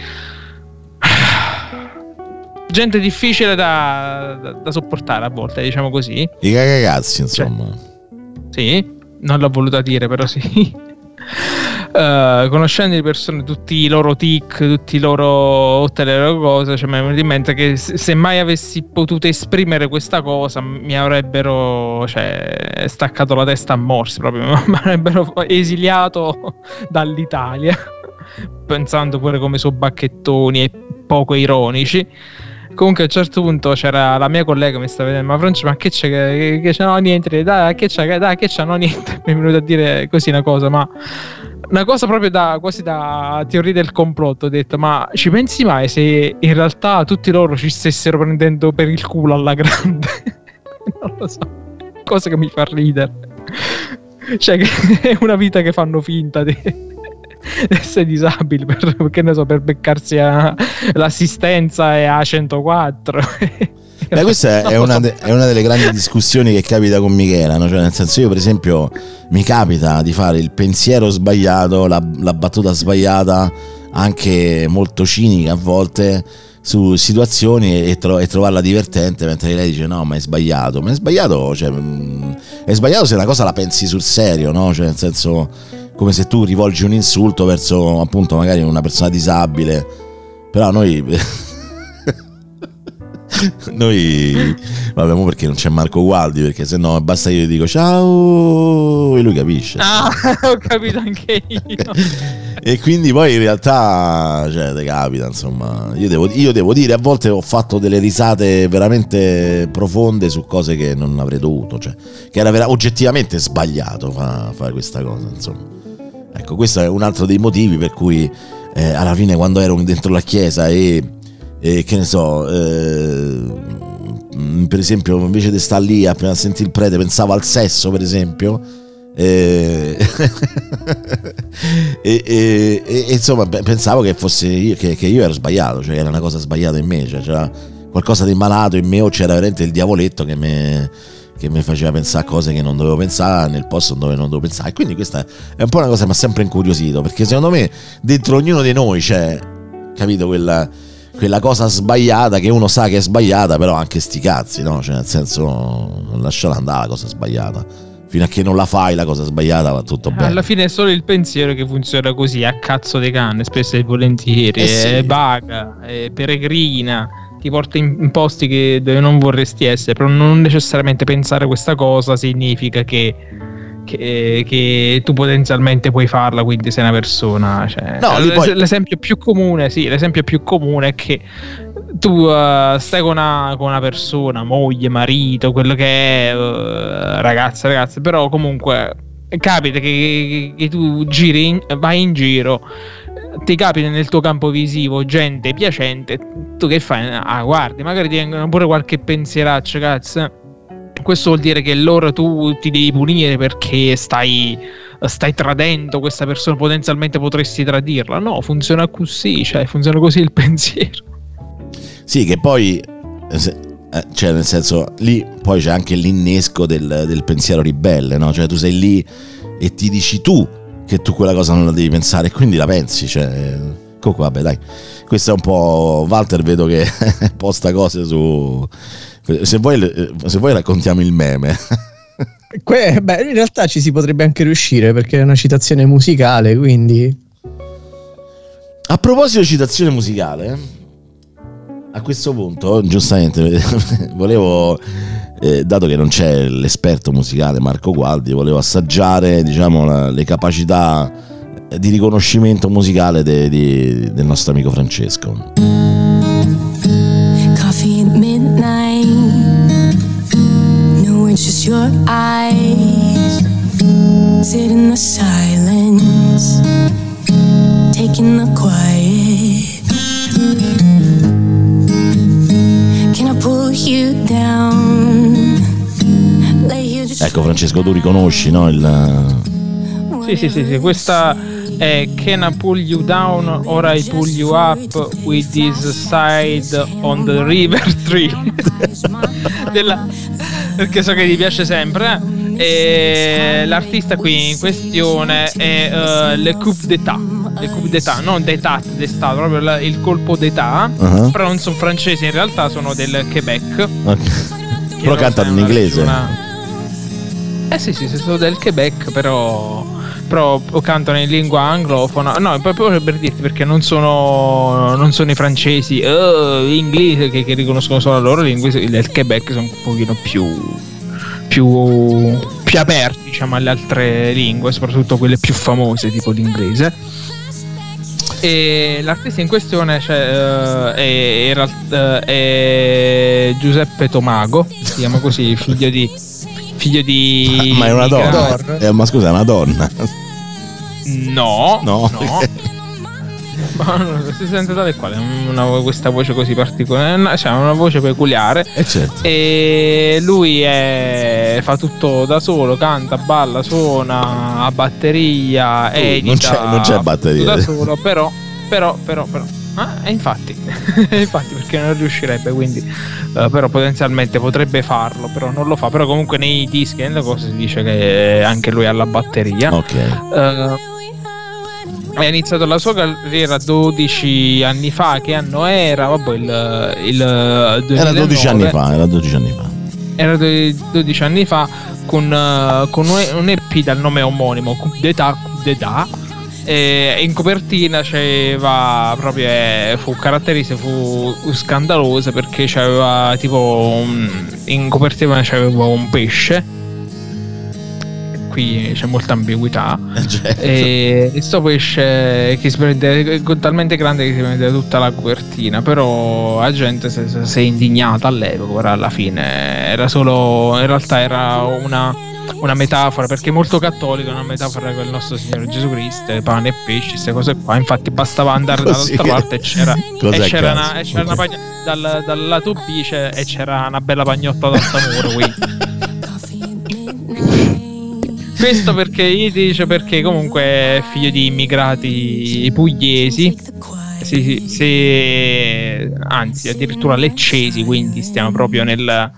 gente difficile da sopportare a volte, diciamo così. I cagazzi, insomma. Sì, non l'ho voluta dire, però sì. Conoscendo le persone, tutti i loro tic, tutte le loro cose, cioè mi è venuto in mente che se mai avessi potuto esprimere questa cosa mi avrebbero, cioè, staccato la testa a morsi, proprio mi avrebbero esiliato dall'Italia, pensando pure come sono bacchettoni e poco ironici. Comunque a un certo punto c'era la mia collega, mi sta vedendo, ma Francia, ma che c'è, che c'è? No, niente, dai, che c'è, no, niente. Mi è venuto a dire così una cosa, ma una cosa proprio quasi da teoria del complotto. Ho detto, ma ci pensi mai se in realtà tutti loro ci stessero prendendo per il culo alla grande? Non lo so, cosa che mi fa ridere, cioè che è una vita che fanno finta di essere disabili perché ne so, per beccarsi l'assistenza e a 104. Beh, questa è una delle grandi discussioni che capita con Michela, no? Cioè, nel senso, io per esempio mi capita di fare il pensiero sbagliato, la battuta sbagliata, anche molto cinica a volte, su situazioni e trovarla divertente, mentre lei dice no, ma è sbagliato, cioè, è sbagliato se una cosa la pensi sul serio, no? Cioè, nel senso, come se tu rivolgi un insulto verso appunto magari una persona disabile, però noi vabbè, mo perché non c'è Marco Gualdi, perché se no basta io gli dico ciao e lui capisce. Ho capito anche io. E quindi poi in realtà, cioè, te capita, insomma, io devo dire, a volte ho fatto delle risate veramente profonde su cose che non avrei dovuto, cioè che era oggettivamente sbagliato fare questa cosa, insomma. Ecco, questo è un altro dei motivi per cui alla fine, quando ero dentro la chiesa e che ne so, per esempio, invece di stare lì appena sentì il prete pensavo al sesso, per esempio, e insomma pensavo che fosse io, che io ero sbagliato, cioè era una cosa sbagliata in me, cioè c'era qualcosa di malato in me, o c'era veramente il diavoletto che mi faceva pensare a cose che non dovevo pensare nel posto dove non dovevo pensare. E quindi questa è un po' una cosa che mi ha sempre incuriosito, perché secondo me dentro ognuno di noi c'è, capito, quella cosa sbagliata che uno sa che è sbagliata, però anche sti cazzi, no? Cioè, nel senso, lasciala andare la cosa sbagliata, fino a che non la fai la cosa sbagliata va tutto bene. Alla fine è solo il pensiero che funziona così, a cazzo di canne, spesso e volentieri, sì. È vaga, è peregrina, ti porta in posti dove non vorresti essere, però non necessariamente pensare questa cosa significa che tu potenzialmente puoi farla, quindi sei una persona, cioè, no, l'esempio più comune è che tu stai con una persona, moglie, marito, quello che è, ragazza, però comunque capita che tu vai in giro, ti capita nel tuo campo visivo gente piacente, tu che fai? Guardi, magari ti vengono pure qualche pensieraccio, cazzo. Questo vuol dire che loro tu ti devi punire perché stai tradendo questa persona, potenzialmente potresti tradirla. No, funziona così, cioè funziona così il pensiero. Sì, che poi cioè, nel senso, lì poi c'è anche l'innesco del pensiero ribelle, no? Cioè tu sei lì e ti dici tu che tu quella cosa non la devi pensare, e quindi la pensi, cioè. Comunque vabbè, dai, questo è un po', Walter vedo che posta cose su, se vuoi raccontiamo il meme. Beh, in realtà ci si potrebbe anche riuscire, perché è una citazione musicale, quindi. A proposito di citazione musicale, a questo punto giustamente volevo, dato che non c'è l'esperto musicale Marco Gualdi, volevo assaggiare, diciamo, le capacità di riconoscimento musicale del nostro amico Francesco. Coffee at midnight, no, it's just your eyes, sit in the silence, taking the quiet. Can I pull Ecco, Francesco, tu riconosci, no? Sì, questa è Can I Pull You Down or I Pull You Up with This Side on the River Tree perché so che ti piace sempre, E l'artista qui in questione è Le Coup d'État, non d'État, d'Estat, proprio il colpo d'età. Però non sono francesi, in realtà sono del Quebec. Però cantano in inglese. Sì, sono del Quebec, però cantano in lingua anglofona. No, proprio per dirti, perché non sono i francesi inglesi che riconoscono solo la loro lingua. Del Quebec sono un pochino più aperti, diciamo, alle altre lingue, soprattutto quelle più famose, tipo l'inglese. E l'artista in questione è Giuseppe Tomago, si chiama così, figlio di ma è una donna? Ma scusa, è una donna? No. Ma si sente tale quale questa voce così particolare, cioè una voce peculiare. Certo. E lui fa tutto da solo, canta, balla, suona a batteria, edita, non c'è batteria da solo, però infatti perché non riuscirebbe, quindi però potenzialmente potrebbe farlo, però non lo fa. Però comunque nei dischi e nelle cose si dice che anche lui ha la batteria. Ok. Ha iniziato la sua carriera 12 anni fa. Che anno era? Vabbè, il 2009. Era 12 anni fa. Era 12 anni fa con un EP dal nome omonimo, Coup d'État. E in copertina c'aveva proprio fu caratteristico, fu scandalosa, perché c'aveva tipo in copertina c'aveva un pesce. Qui c'è molta ambiguità. Certo. E sto pesce che si prende talmente grande che si prende tutta la copertina. Però la gente si è indignata all'epoca. Ora alla fine era solo, in realtà era una metafora, perché è molto cattolico, una metafora con il nostro Signore Gesù Cristo, pane e pesci, queste cose qua. Infatti bastava andare dall'altra parte e c'era una dal lato B e c'era una bella pagnotta d'altamuro qui. Questo perché gli dice, perché comunque è figlio di immigrati pugliesi, anzi addirittura leccesi, quindi stiamo proprio nella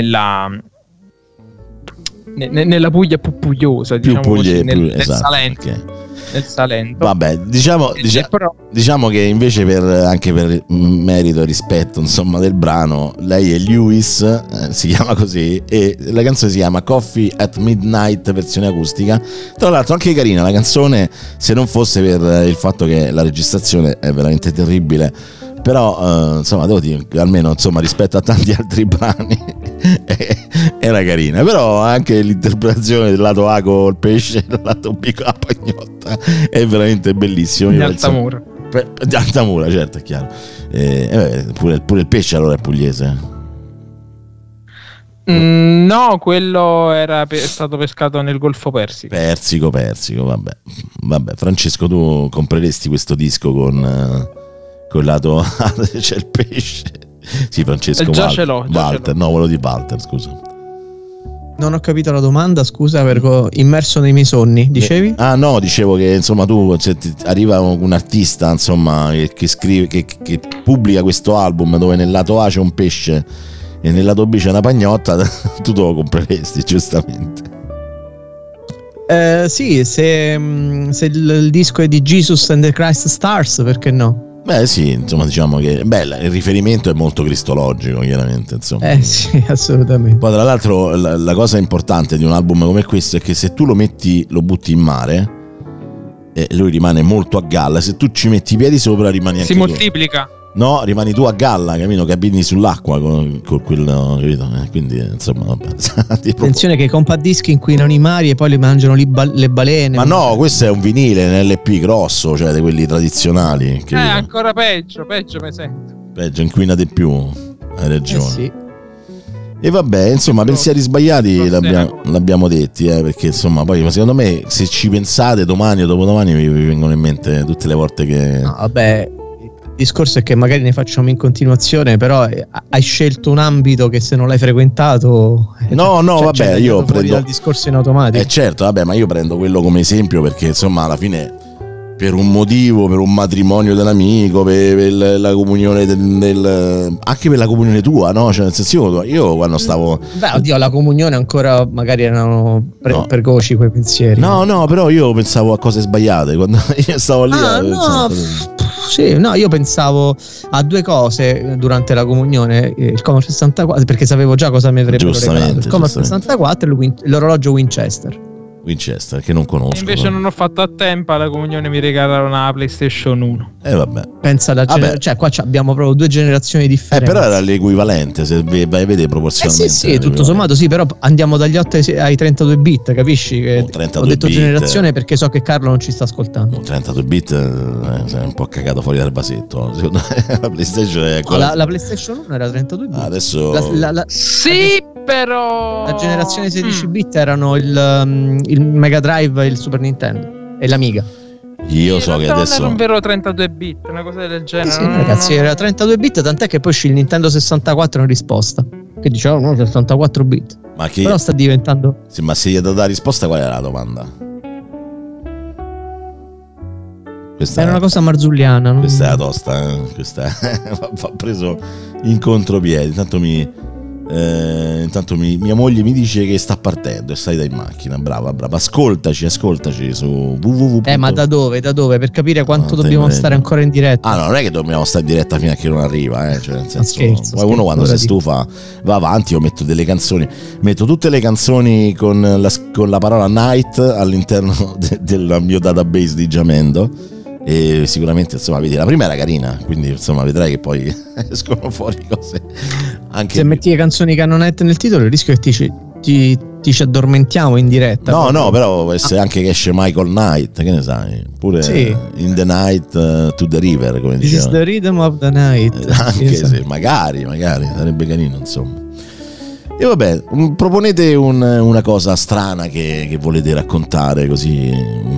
Puglia più pugliosa, diciamo così, nel Salento. Okay. Nel Salento. Vabbè, diciamo che invece anche per merito e rispetto, insomma, del brano, lei è Lewis, si chiama così, e la canzone si chiama Coffee at Midnight, versione acustica. Tra l'altro anche carina la canzone, se non fosse per il fatto che la registrazione è veramente terribile. Però insomma, devo dire, almeno insomma, rispetto a tanti altri brani era carina. Però anche l'interpretazione del lato A col pesce e del lato B con la pagnotta è veramente bellissimo. Di Altamura. Di Altamura, certo, è chiaro. Pure il pesce allora è pugliese. No, quello è stato pescato nel Golfo Persico. Persico, vabbè. Francesco, tu compreresti questo disco con lato c'è il pesce? Sì, Francesco. Già ce l'ho. No, quello di Walter, scusa. Non ho capito la domanda, scusa, ero immerso nei miei sonni. Dicevi? No, dicevo che insomma tu, arriva un artista, insomma, che scrive, che pubblica questo album dove nel lato A c'è un pesce e nel lato B c'è una pagnotta, tu te lo compreresti, giustamente. Sì, se il disco è di Jesus and the Christ Stars, perché no? Beh sì, insomma, diciamo che il riferimento è molto cristologico, chiaramente, insomma. Sì, assolutamente. Poi tra l'altro la cosa importante di un album come questo è che se tu lo butti in mare, lui rimane molto a galla. Se tu ci metti i piedi sopra rimani anche si moltiplica. No, rimani tu a galla, capito? Cammini sull'acqua con quello, capito? Quindi insomma, vabbè. Attenzione che i compact disc inquinano i mari e poi li mangiano le balene. Ma no, questo è un vinile, un LP grosso, cioè di quelli tradizionali. Ancora peggio mi sento. Peggio, inquina di più. Hai ragione. Sì. E vabbè, insomma, pensieri sbagliati l'abbiamo detti, perché insomma, poi secondo me se ci pensate domani o dopodomani vi vengono in mente tutte le volte che... No, vabbè, discorso è che magari ne facciamo in continuazione, però hai scelto un ambito che se non l'hai frequentato vabbè, io prendo dal discorso in automatico. Certo, vabbè, ma io prendo quello come esempio perché insomma alla fine per un motivo, per un matrimonio dell'amico, per la comunione anche per la comunione tua, no? Cioè nel senso io quando stavo la comunione ancora magari erano precoci quei pensieri. No, però io pensavo a cose sbagliate quando io stavo lì. Io pensavo a due cose durante la comunione, il Commodore 64, perché sapevo già cosa mi avrebbero regalato, il Commodore 64 e l'orologio Winchester che non conosco. Invece non ho fatto a tempo, alla comunione mi regalarono la PlayStation 1. Vabbè. Pensa cioè qua abbiamo proprio due generazioni differenti. Però era l'equivalente, se vai a vedere proporzionalmente. Sì, tutto sommato sì, però andiamo dagli 8 ai 32 bit, capisci? Che 32 ho detto bit, generazione perché so che Carlo non ci sta ascoltando. 32 bit è un po' cagato fuori dal vasetto. Secondo me la PlayStation è la PlayStation 1 era 32 bit. Adesso sì, però la generazione 16 bit erano il Mega Drive e il Super Nintendo e l'Amiga. Io so che adesso non era un vero 32 bit, una cosa del genere. Sì, ragazzi, era 32 bit, tant'è che poi uscì il Nintendo 64 in risposta, che diceva no, 64 bit. Ma che... Però sta diventando... Sì, ma se gli ha dato la risposta, qual era la domanda? Questa era una cosa marzulliana. Questa è la tosta, Questa va preso in contropiede. Intanto mia moglie mi dice che sta partendo e salita in macchina. Brava. Ascoltaci su www. Ma da dove? Per capire quanto dobbiamo stare ancora in diretta. Non è che dobbiamo stare in diretta fino a che non arriva, cioè nel senso, scherzo, quando si stufa va avanti. Io metto delle canzoni, metto tutte le canzoni con la parola night all'interno del mio database di Giamendo. E sicuramente insomma vedi, la prima era carina, quindi insomma vedrai che poi escono fuori cose anche se metti le canzoni Cannonette nel titolo il rischio è che ti ci addormentiamo in diretta. No, però può essere anche che esce Michael Knight, che ne sai, pure sì. In the Night to the River, come diceva. This is the rhythm of the night. Anche se magari sarebbe carino, insomma. E vabbè, proponete una cosa strana che volete raccontare, così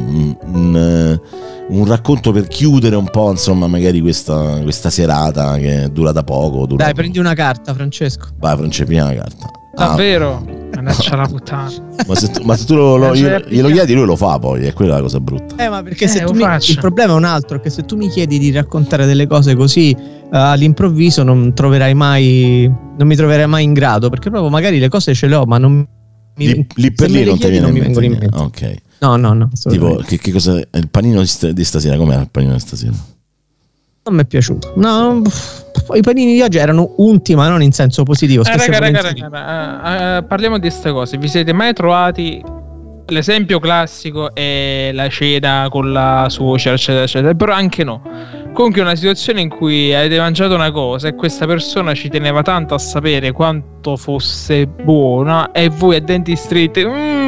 un racconto per chiudere un po', insomma, magari questa serata che è durata poco. Dai, prendi una carta, Francesco. Vai, Francesco, prendi una carta. Davvero? Mannaggia la puttana. Ma se tu glielo chiedi, lui lo fa poi, è quella la cosa brutta. Ma perché se tu il problema è un altro, che se tu mi chiedi di raccontare delle cose così all'improvviso non mi troverai mai in grado, perché proprio magari le cose ce le ho, ma non lì per lì non ti viene in mente. Ok. No. Tipo, che cosa il panino di stasera? Com'era il panino di stasera? Non mi è piaciuto. No, i panini di oggi erano unti, ma non in senso positivo. Raga, parliamo di queste cose. Vi siete mai trovati? L'esempio classico è la cena con la suocera, eccetera, eccetera. Però anche no. Comunque una situazione in cui avete mangiato una cosa e questa persona ci teneva tanto a sapere quanto fosse buona e voi a denti stretti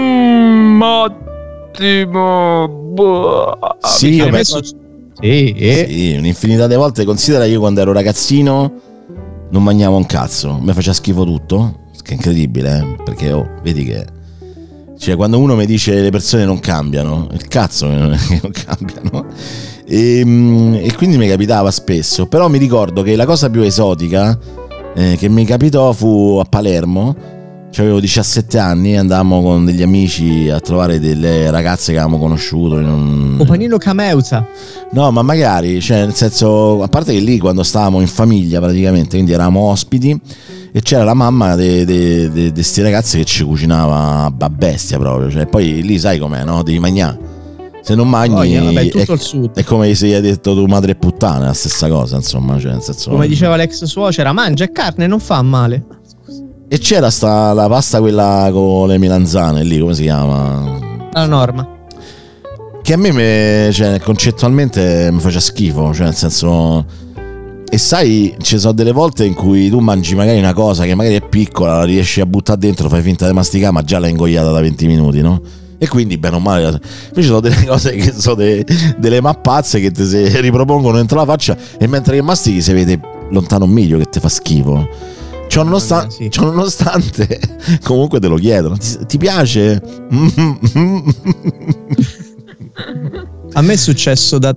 ottimo, sì, io penso sì, un'infinità di volte. Considera, io quando ero ragazzino non mangiavo un cazzo, mi faceva schifo tutto, che è incredibile, perché vedi che, cioè, quando uno mi dice le persone non cambiano, il cazzo non cambiano, e quindi mi capitava spesso. Però mi ricordo che la cosa più esotica che mi capitò fu a Palermo. Avevo 17 anni, andavamo con degli amici a trovare delle ragazze che avevamo conosciuto Panino Cameuza. No, ma magari, cioè, nel senso, a parte che lì quando stavamo in famiglia praticamente, quindi eravamo ospiti, e c'era la mamma di questi ragazzi che ci cucinava a bestia proprio, cioè, poi lì sai com'è, no? Devi mangiare. Se non mangi tutto il sud. È come se gli hai detto tu madre e puttana, la stessa cosa, insomma, cioè, nel senso, come diceva l'ex suocera, mangia carne, non fa male. E c'era la pasta quella con le melanzane lì, come si chiama? La Norma. Che a me cioè, concettualmente mi faceva schifo, cioè nel senso. E sai, ci sono delle volte in cui tu mangi magari una cosa che magari è piccola, la riesci a buttare dentro, fai finta di masticare, ma già l'hai ingoiata da 20 minuti, no? E quindi bene o male. Invece sono delle cose che sono delle mappazze che ti si ripropongono dentro la faccia, e mentre che mastichi si vede lontano un miglio che ti fa schifo. Ciononostante comunque te lo chiedono. Ti piace? A me è successo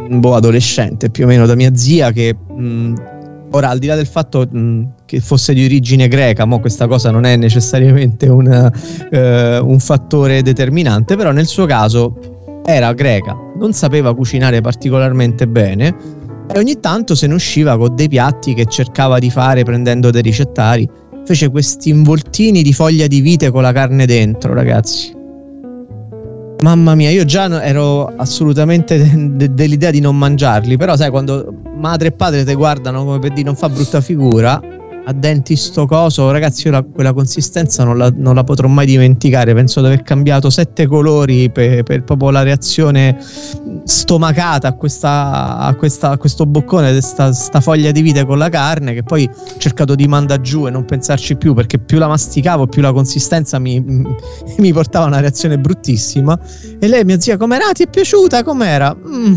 adolescente più o meno da mia zia che ora, al di là del fatto che fosse di origine greca, mo questa cosa non è necessariamente un fattore determinante, però nel suo caso era greca, non sapeva cucinare particolarmente bene e ogni tanto se ne usciva con dei piatti che cercava di fare prendendo dei ricettari. Fece questi involtini di foglia di vite con la carne dentro, ragazzi. Mamma mia, io già ero assolutamente dell'idea di non mangiarli, però sai, quando madre e padre te guardano come per dire non fa brutta figura, a denti sto coso, ragazzi, io quella consistenza non la potrò mai dimenticare. Penso di aver cambiato 7 colori per proprio la reazione stomacata a questo boccone, sta foglia di vite con la carne, che poi ho cercato di mandare giù e non pensarci più, perché più la masticavo più la consistenza mi portava a una reazione bruttissima. E lei, mia zia, com'era? Ti è piaciuta? Com'era?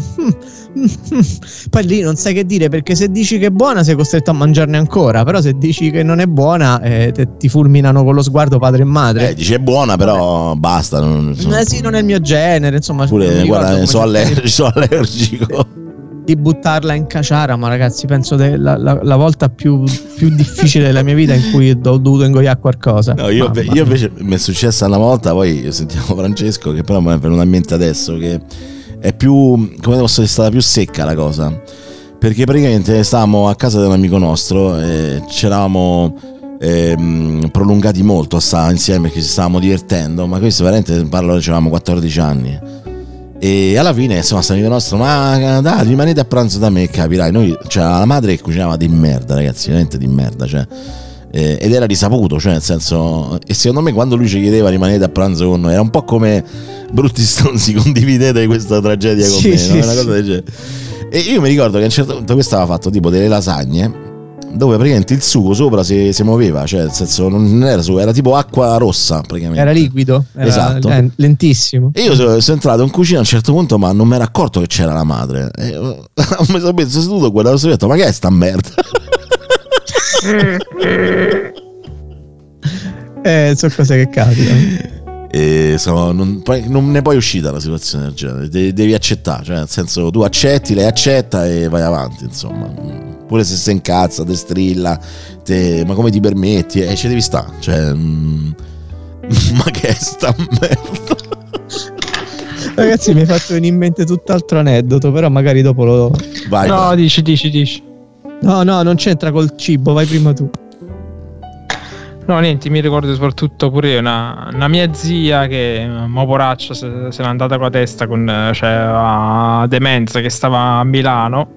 Poi lì non sai che dire, perché se dici che è buona sei costretto a mangiarne ancora, però se dici che non è buona ti fulminano con lo sguardo padre e madre. Dici è buona, però basta. Sì, non è il mio genere, insomma. Pure guarda, sono allergico. Di buttarla in caciara, ma ragazzi, penso la volta più difficile della mia vita in cui ho dovuto ingoiare qualcosa. No, io invece mi è successa una volta, poi sentiamo Francesco, che però mi è venuto in mente adesso, che è più, come posso dire, è stata più secca la cosa, perché praticamente stavamo a casa di un amico nostro e ci eravamo prolungati molto a stare insieme perché ci stavamo divertendo, ma questo veramente parlo, avevamo 14 anni e alla fine insomma sta amico nostro, ma dai, rimanete a pranzo da me, capirai. Noi, cioè, la madre che cucinava di merda, ragazzi, veramente di merda, cioè, ed era risaputo, cioè nel senso, e secondo me quando lui ci chiedeva rimanete a pranzo con noi era un po' come brutti stronzi, condividete questa tragedia con me, no? Una cosa del genere. E io mi ricordo che a un certo punto questo aveva fatto tipo delle lasagne dove praticamente il sugo sopra si muoveva, cioè nel senso non era sugo, era tipo acqua rossa praticamente. Era liquido, era esatto, lentissimo. E io sono entrato in cucina a un certo punto, ma non mi ero accorto che c'era la madre. E mi sono messo seduto e guardavo e ho detto, ma che è sta merda? Sono cose che capitano. E non ne puoi uscire da una situazione del genere, devi accettare, cioè nel senso tu accetti, lei accetta e vai avanti, insomma. Pure se si incazza, te strilla, ma come ti permetti? Ci devi stare, cioè ma che è sta merda? Ragazzi, mi hai fatto venire in mente tutt'altro aneddoto, però magari dopo lo... Vai. No, dici. No, non c'entra col cibo, vai prima tu. No, niente, mi ricordo soprattutto pure una mia zia che poraccia se n'è andata con la testa a demenza, che stava a Milano.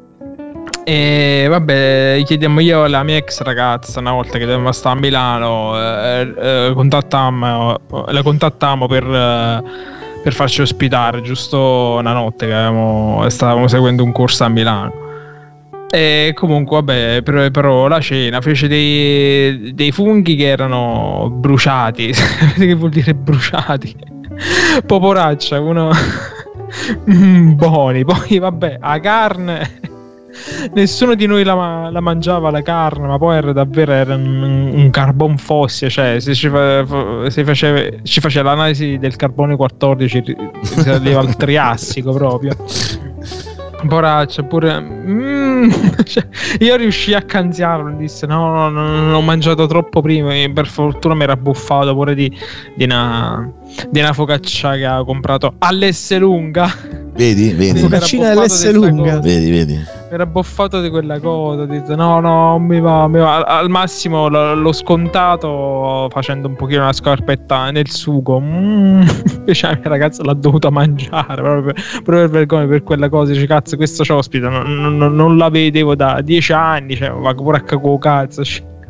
E vabbè, chiediamo io alla mia ex ragazza, una volta che dovevamo stare a Milano, la contattammo per farci ospitare giusto una notte che stavamo seguendo un corso a Milano. E comunque vabbè, però la cena fece dei funghi che erano bruciati. Che vuol dire bruciati? Poporaccia, uno buoni. Poi vabbè, la carne, nessuno di noi la mangiava la carne, ma poi era un carbon fossile, cioè se ci faceva l'analisi del carbone 14 si arriva al Triassico proprio. Poraccia, pure cioè, io riuscii a canziarlo, disse no, non ho mangiato troppo prima, e per fortuna mi era buffato pure di una focaccia che ha comprato all'Esselunga. Vedi? Focaccina all'Esselunga. Vedi. Mi era buffato di quella cosa, ho detto no, mi va. Al massimo l'ho scontato facendo un pochino una scarpetta nel sugo. Invece la mia ragazza l'ha dovuta mangiare proprio per vergogna, per quella cosa. Dice, cazzo, questo ci ospita, non la vedevo da 10 anni, cioè va pure a cagò cazzo.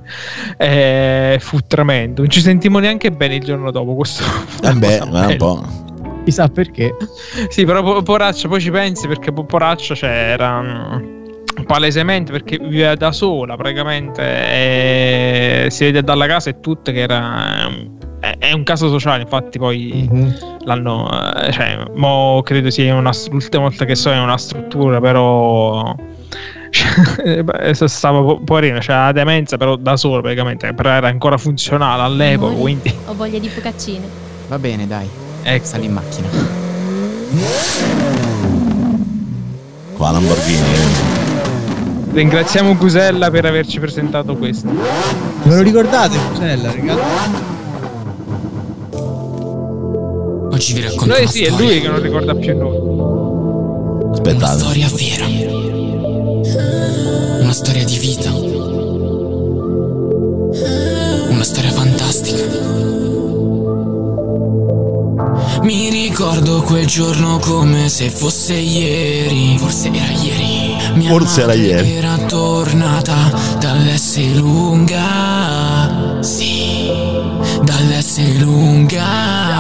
Fu tremendo, non ci sentimmo neanche bene il giorno dopo. Questo un po'. Chissà perché. Sì, però poraccia, poi ci pensi, perché poraccia era palesemente, perché viveva da sola praticamente, e si vede dalla casa e tutto che è un caso sociale. Infatti poi l'hanno mo credo sia l'ultima volta che so è una struttura, però stava poverino, c'era la demenza, però da sola praticamente, però era ancora funzionale all'epoca, quindi ho voglia di focaccine. Va bene, dai. Ecco. Sali in macchina. Con la Lamborghini. Ringraziamo Gusella per averci presentato questo. Me lo ricordate, Gusella, ragazzi? Oggi vi racconto Noi una sì, è storia. lui che non ricorda più noi. Una Aspettate. storia vera. Una storia di vita. Una storia fantastica. Mi ricordo quel giorno come se fosse ieri. Forse era ieri. Mia Forse era madre ieri. era tornata dall'Esselunga. Sì, dall'Esselunga.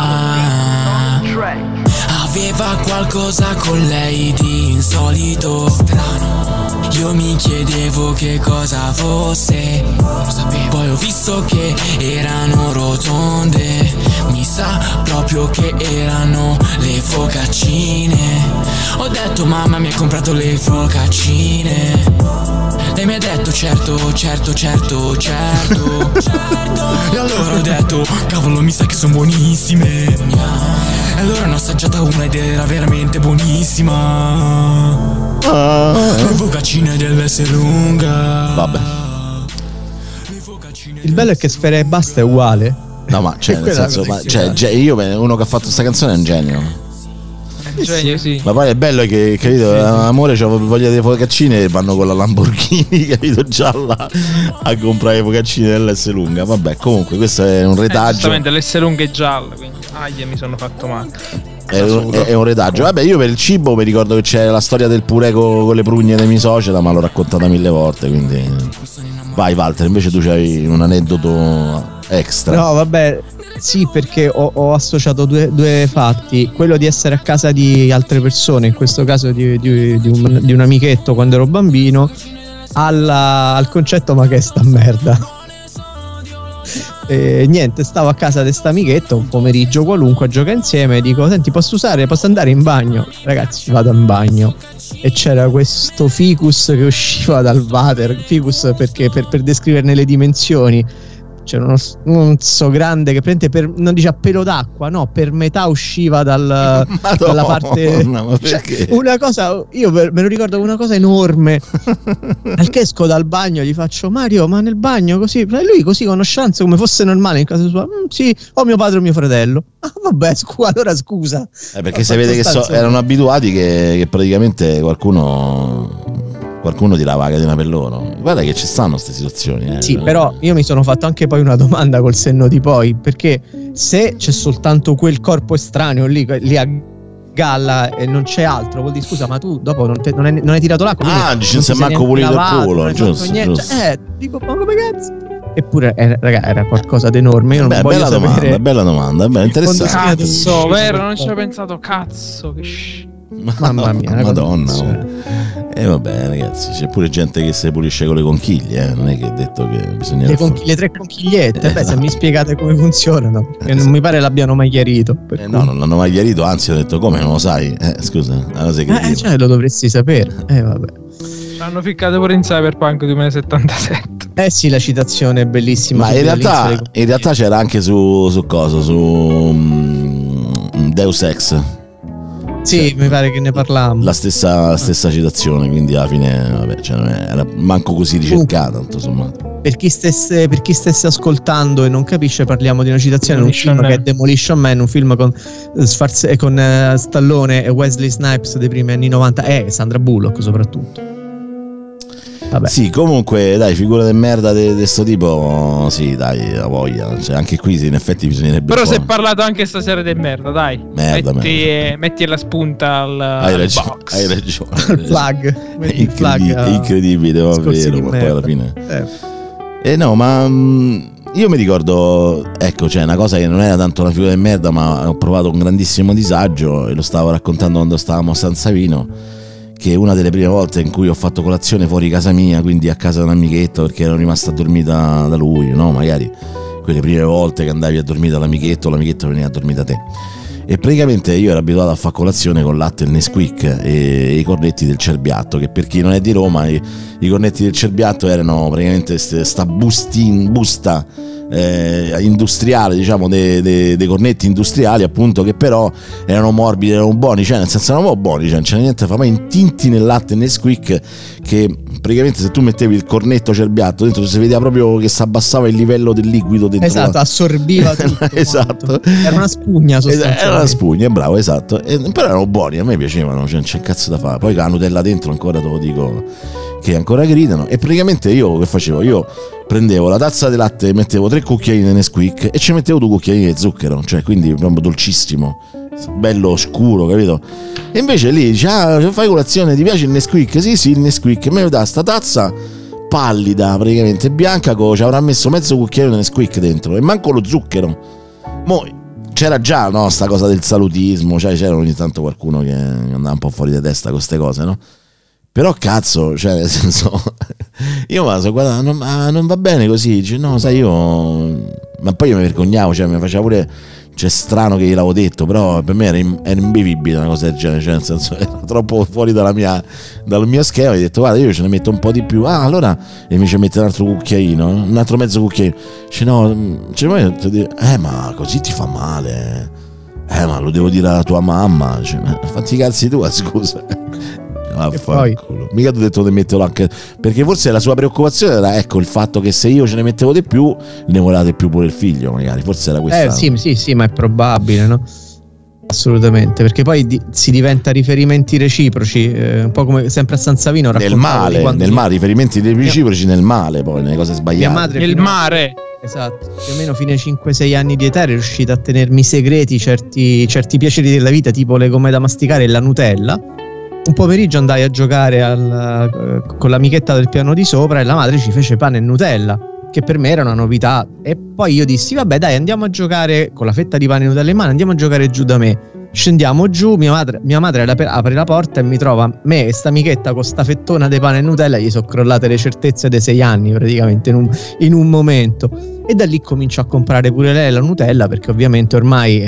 Aveva qualcosa con lei di insolito, strano. Io mi chiedevo che cosa fosse. Non lo sapevo. Poi ho visto che erano rotonde. Mi sa proprio che erano le focaccine. Ho detto mamma mi hai comprato le focaccine. Lei mi ha detto certo. E allora ho detto cavolo mi sa che sono buonissime. E allora ne ho assaggiata una ed era veramente buonissima. Le focaccine dell'Esselunga. Vabbè. Il bello è che Sfera e Basta è uguale. No, ma cioè, nel Quella senso, cosa ma, che cioè, io uno che ha fatto questa canzone è un genio. Genio, sì. Ma poi è bello che, capito, amore, c'ho voglia delle focaccine e vanno con la Lamborghini, capito, gialla a comprare le focaccine dell'Esselunga. Vabbè, comunque questo è un retaggio. Giustamente l'S lunga è gialla, quindi mi sono fatto male. È un retaggio. Vabbè, io per il cibo mi ricordo che c'è la storia del purè con le prugne dei miei suocera, ma l'ho raccontata 1000 volte, quindi vai Walter, invece tu c'hai un aneddoto extra. No, vabbè, sì, perché ho associato due fatti. Quello di essere a casa di altre persone, in questo caso di un amichetto quando ero bambino, al concetto ma che è sta merda. E niente, stavo a casa di sta amichetto un pomeriggio qualunque a giocare insieme e dico senti posso andare in bagno? Ragazzi vado in bagno e c'era questo ficus che usciva dal water. Ficus perché per descriverne le dimensioni c'era uno grande che non dice a pelo d'acqua, no, per metà usciva dalla parte, ma perché? Cioè, una cosa, io me lo ricordo, una cosa enorme. Al che esco dal bagno gli faccio Mario, ma nel bagno così? E lui così con chance come fosse normale in casa sua. Sì, o mio padre o mio fratello. Ah vabbè, allora scusa. Perché se vede che erano abituati che praticamente qualcuno tirava la catena per loro. Guarda che ci stanno queste situazioni. Sì, però io mi sono fatto anche poi una domanda col senno di poi, perché se c'è soltanto quel corpo estraneo lì a galla e non c'è altro, vuol dire scusa, ma tu dopo non hai tirato l'acqua? Dici non si è manco pulito il culo, giusto? Dico, ma come cazzo? Eppure raga, era qualcosa d'enorme. Io non voglio sapere. Bella domanda, interessante. Cazzo, vero, non ci ho pensato, cazzo, che mamma mia, Madonna. E vabbè ragazzi, c'è pure gente che si pulisce con le conchiglie, non è che è detto che bisogna le 3 conchigliette. Beh, se mi spiegate come funzionano, perché non mi pare l'abbiano mai chiarito. No, non l'hanno mai chiarito, anzi ho detto come non lo sai? Scusa, allora sei cretino. Cioè lo dovresti sapere. Vabbè. L'hanno ficcato pure in Cyberpunk 2077. Sì, la citazione è bellissima. Ma in realtà c'era anche su cosa? Su Deus Ex. Sì, mi pare che ne parlammo. La stessa citazione, quindi alla fine vabbè, cioè non era manco così ricercata, tutto sommato. Per chi stesse ascoltando e non capisce, parliamo di una citazione di un film che è Demolition Man, un film con Stallone e Wesley Snipes dei primi anni 90 e Sandra Bullock soprattutto. Vabbè. Sì, comunque dai, figura di merda di sto tipo, sì dai, la voglia, cioè, anche qui in effetti bisognerebbe. Però si è parlato anche stasera di merda, dai. Metti la spunta al box. Hai ragione. Plug. Incredibile, ma vero, ma poi alla fine. No, ma io mi ricordo, ecco, cioè una cosa che non era tanto una figura di merda, ma ho provato un grandissimo disagio e lo stavo raccontando quando stavamo a San Savino, che è una delle prime volte in cui ho fatto colazione fuori casa mia, quindi a casa di un amichetto, perché ero rimasta a dormire da lui, no? Magari quelle prime volte che andavi a dormire dall'amichetto, l'amichetto veniva a dormire da te. E praticamente io ero abituato a fare colazione con latte e Nesquik e i cornetti del Cerbiatto, che per chi non è di Roma i cornetti del Cerbiatto erano praticamente sta busta industriale, diciamo dei cornetti industriali, appunto, che però erano morbidi, erano buoni, cioè nel senso erano buoni, cioè non c'era niente da fare, ma intinti nel latte Nesquik, che praticamente se tu mettevi il cornetto cerbiato dentro si vedeva proprio che si abbassava il livello del liquido dentro. Esatto, assorbiva tutto. Esatto. Era una spugna sostanzialmente. Era una spugna, bravo, esatto. Però erano buoni, a me piacevano, cioè non c'è cazzo da fare. Poi con la Nutella dentro ancora te lo dico che ancora gridano. E praticamente io che facevo? Io prendevo la tazza di latte, mettevo 3 cucchiaini di Nesquik e ci mettevo 2 cucchiaini di zucchero, cioè quindi proprio dolcissimo, bello scuro, capito? E invece lì dice: fai colazione, ti piace il Nesquik? Sì, il Nesquik. E me dà sta tazza pallida, praticamente bianca, ci avrà messo mezzo cucchiaio di Nesquik dentro e manco lo zucchero. C'era già, no, sta cosa del salutismo, cioè c'era ogni tanto qualcuno che andava un po' fuori di testa con queste cose, no? Però cazzo, cioè nel senso, io me la so guardando, ma non va bene così, dice, no, sai, ma poi io mi vergognavo, cioè mi faceva pure, cioè strano che gliel'avevo detto, però per me era imbevibile una cosa del genere, cioè nel senso era troppo fuori dal mio schema. Ho detto: guarda, io ce ne metto un po' di più. Allora, e mi ci mette un altro cucchiaino, un altro mezzo cucchiaino. Dice: no, ma così ti fa male, ma lo devo dire alla tua mamma. Dice: ma fatti i cazzi tua, scusa. Poi mica ti ho detto di metterlo anche, perché forse la sua preoccupazione era, ecco, il fatto che se io ce ne mettevo di più ne volate più pure il figlio, magari, forse era questa. Sì, ma è probabile, no? Assolutamente, perché poi si diventa riferimenti reciproci, un po' come sempre a San Savino nel male, riferimenti reciproci nel male, poi nelle cose sbagliate. Mia madre nel mare. Esatto, più o meno fino ai 5-6 anni di età è riuscita a tenermi segreti certi piaceri della vita, tipo le gomme da masticare e la Nutella. Un pomeriggio andai a giocare con l'amichetta del piano di sopra e la madre ci fece pane e Nutella, che per me era una novità, e poi io dissi: vabbè, dai, andiamo a giocare, con la fetta di pane e Nutella in mano, andiamo a giocare giù da me. Scendiamo giù, mia madre apre la porta e mi trova me e sta amichetta con sta fettona di pane e Nutella. Gli sono crollate le certezze dei 6 anni praticamente in un momento, e da lì cominciò a comprare pure lei la Nutella, perché ovviamente ormai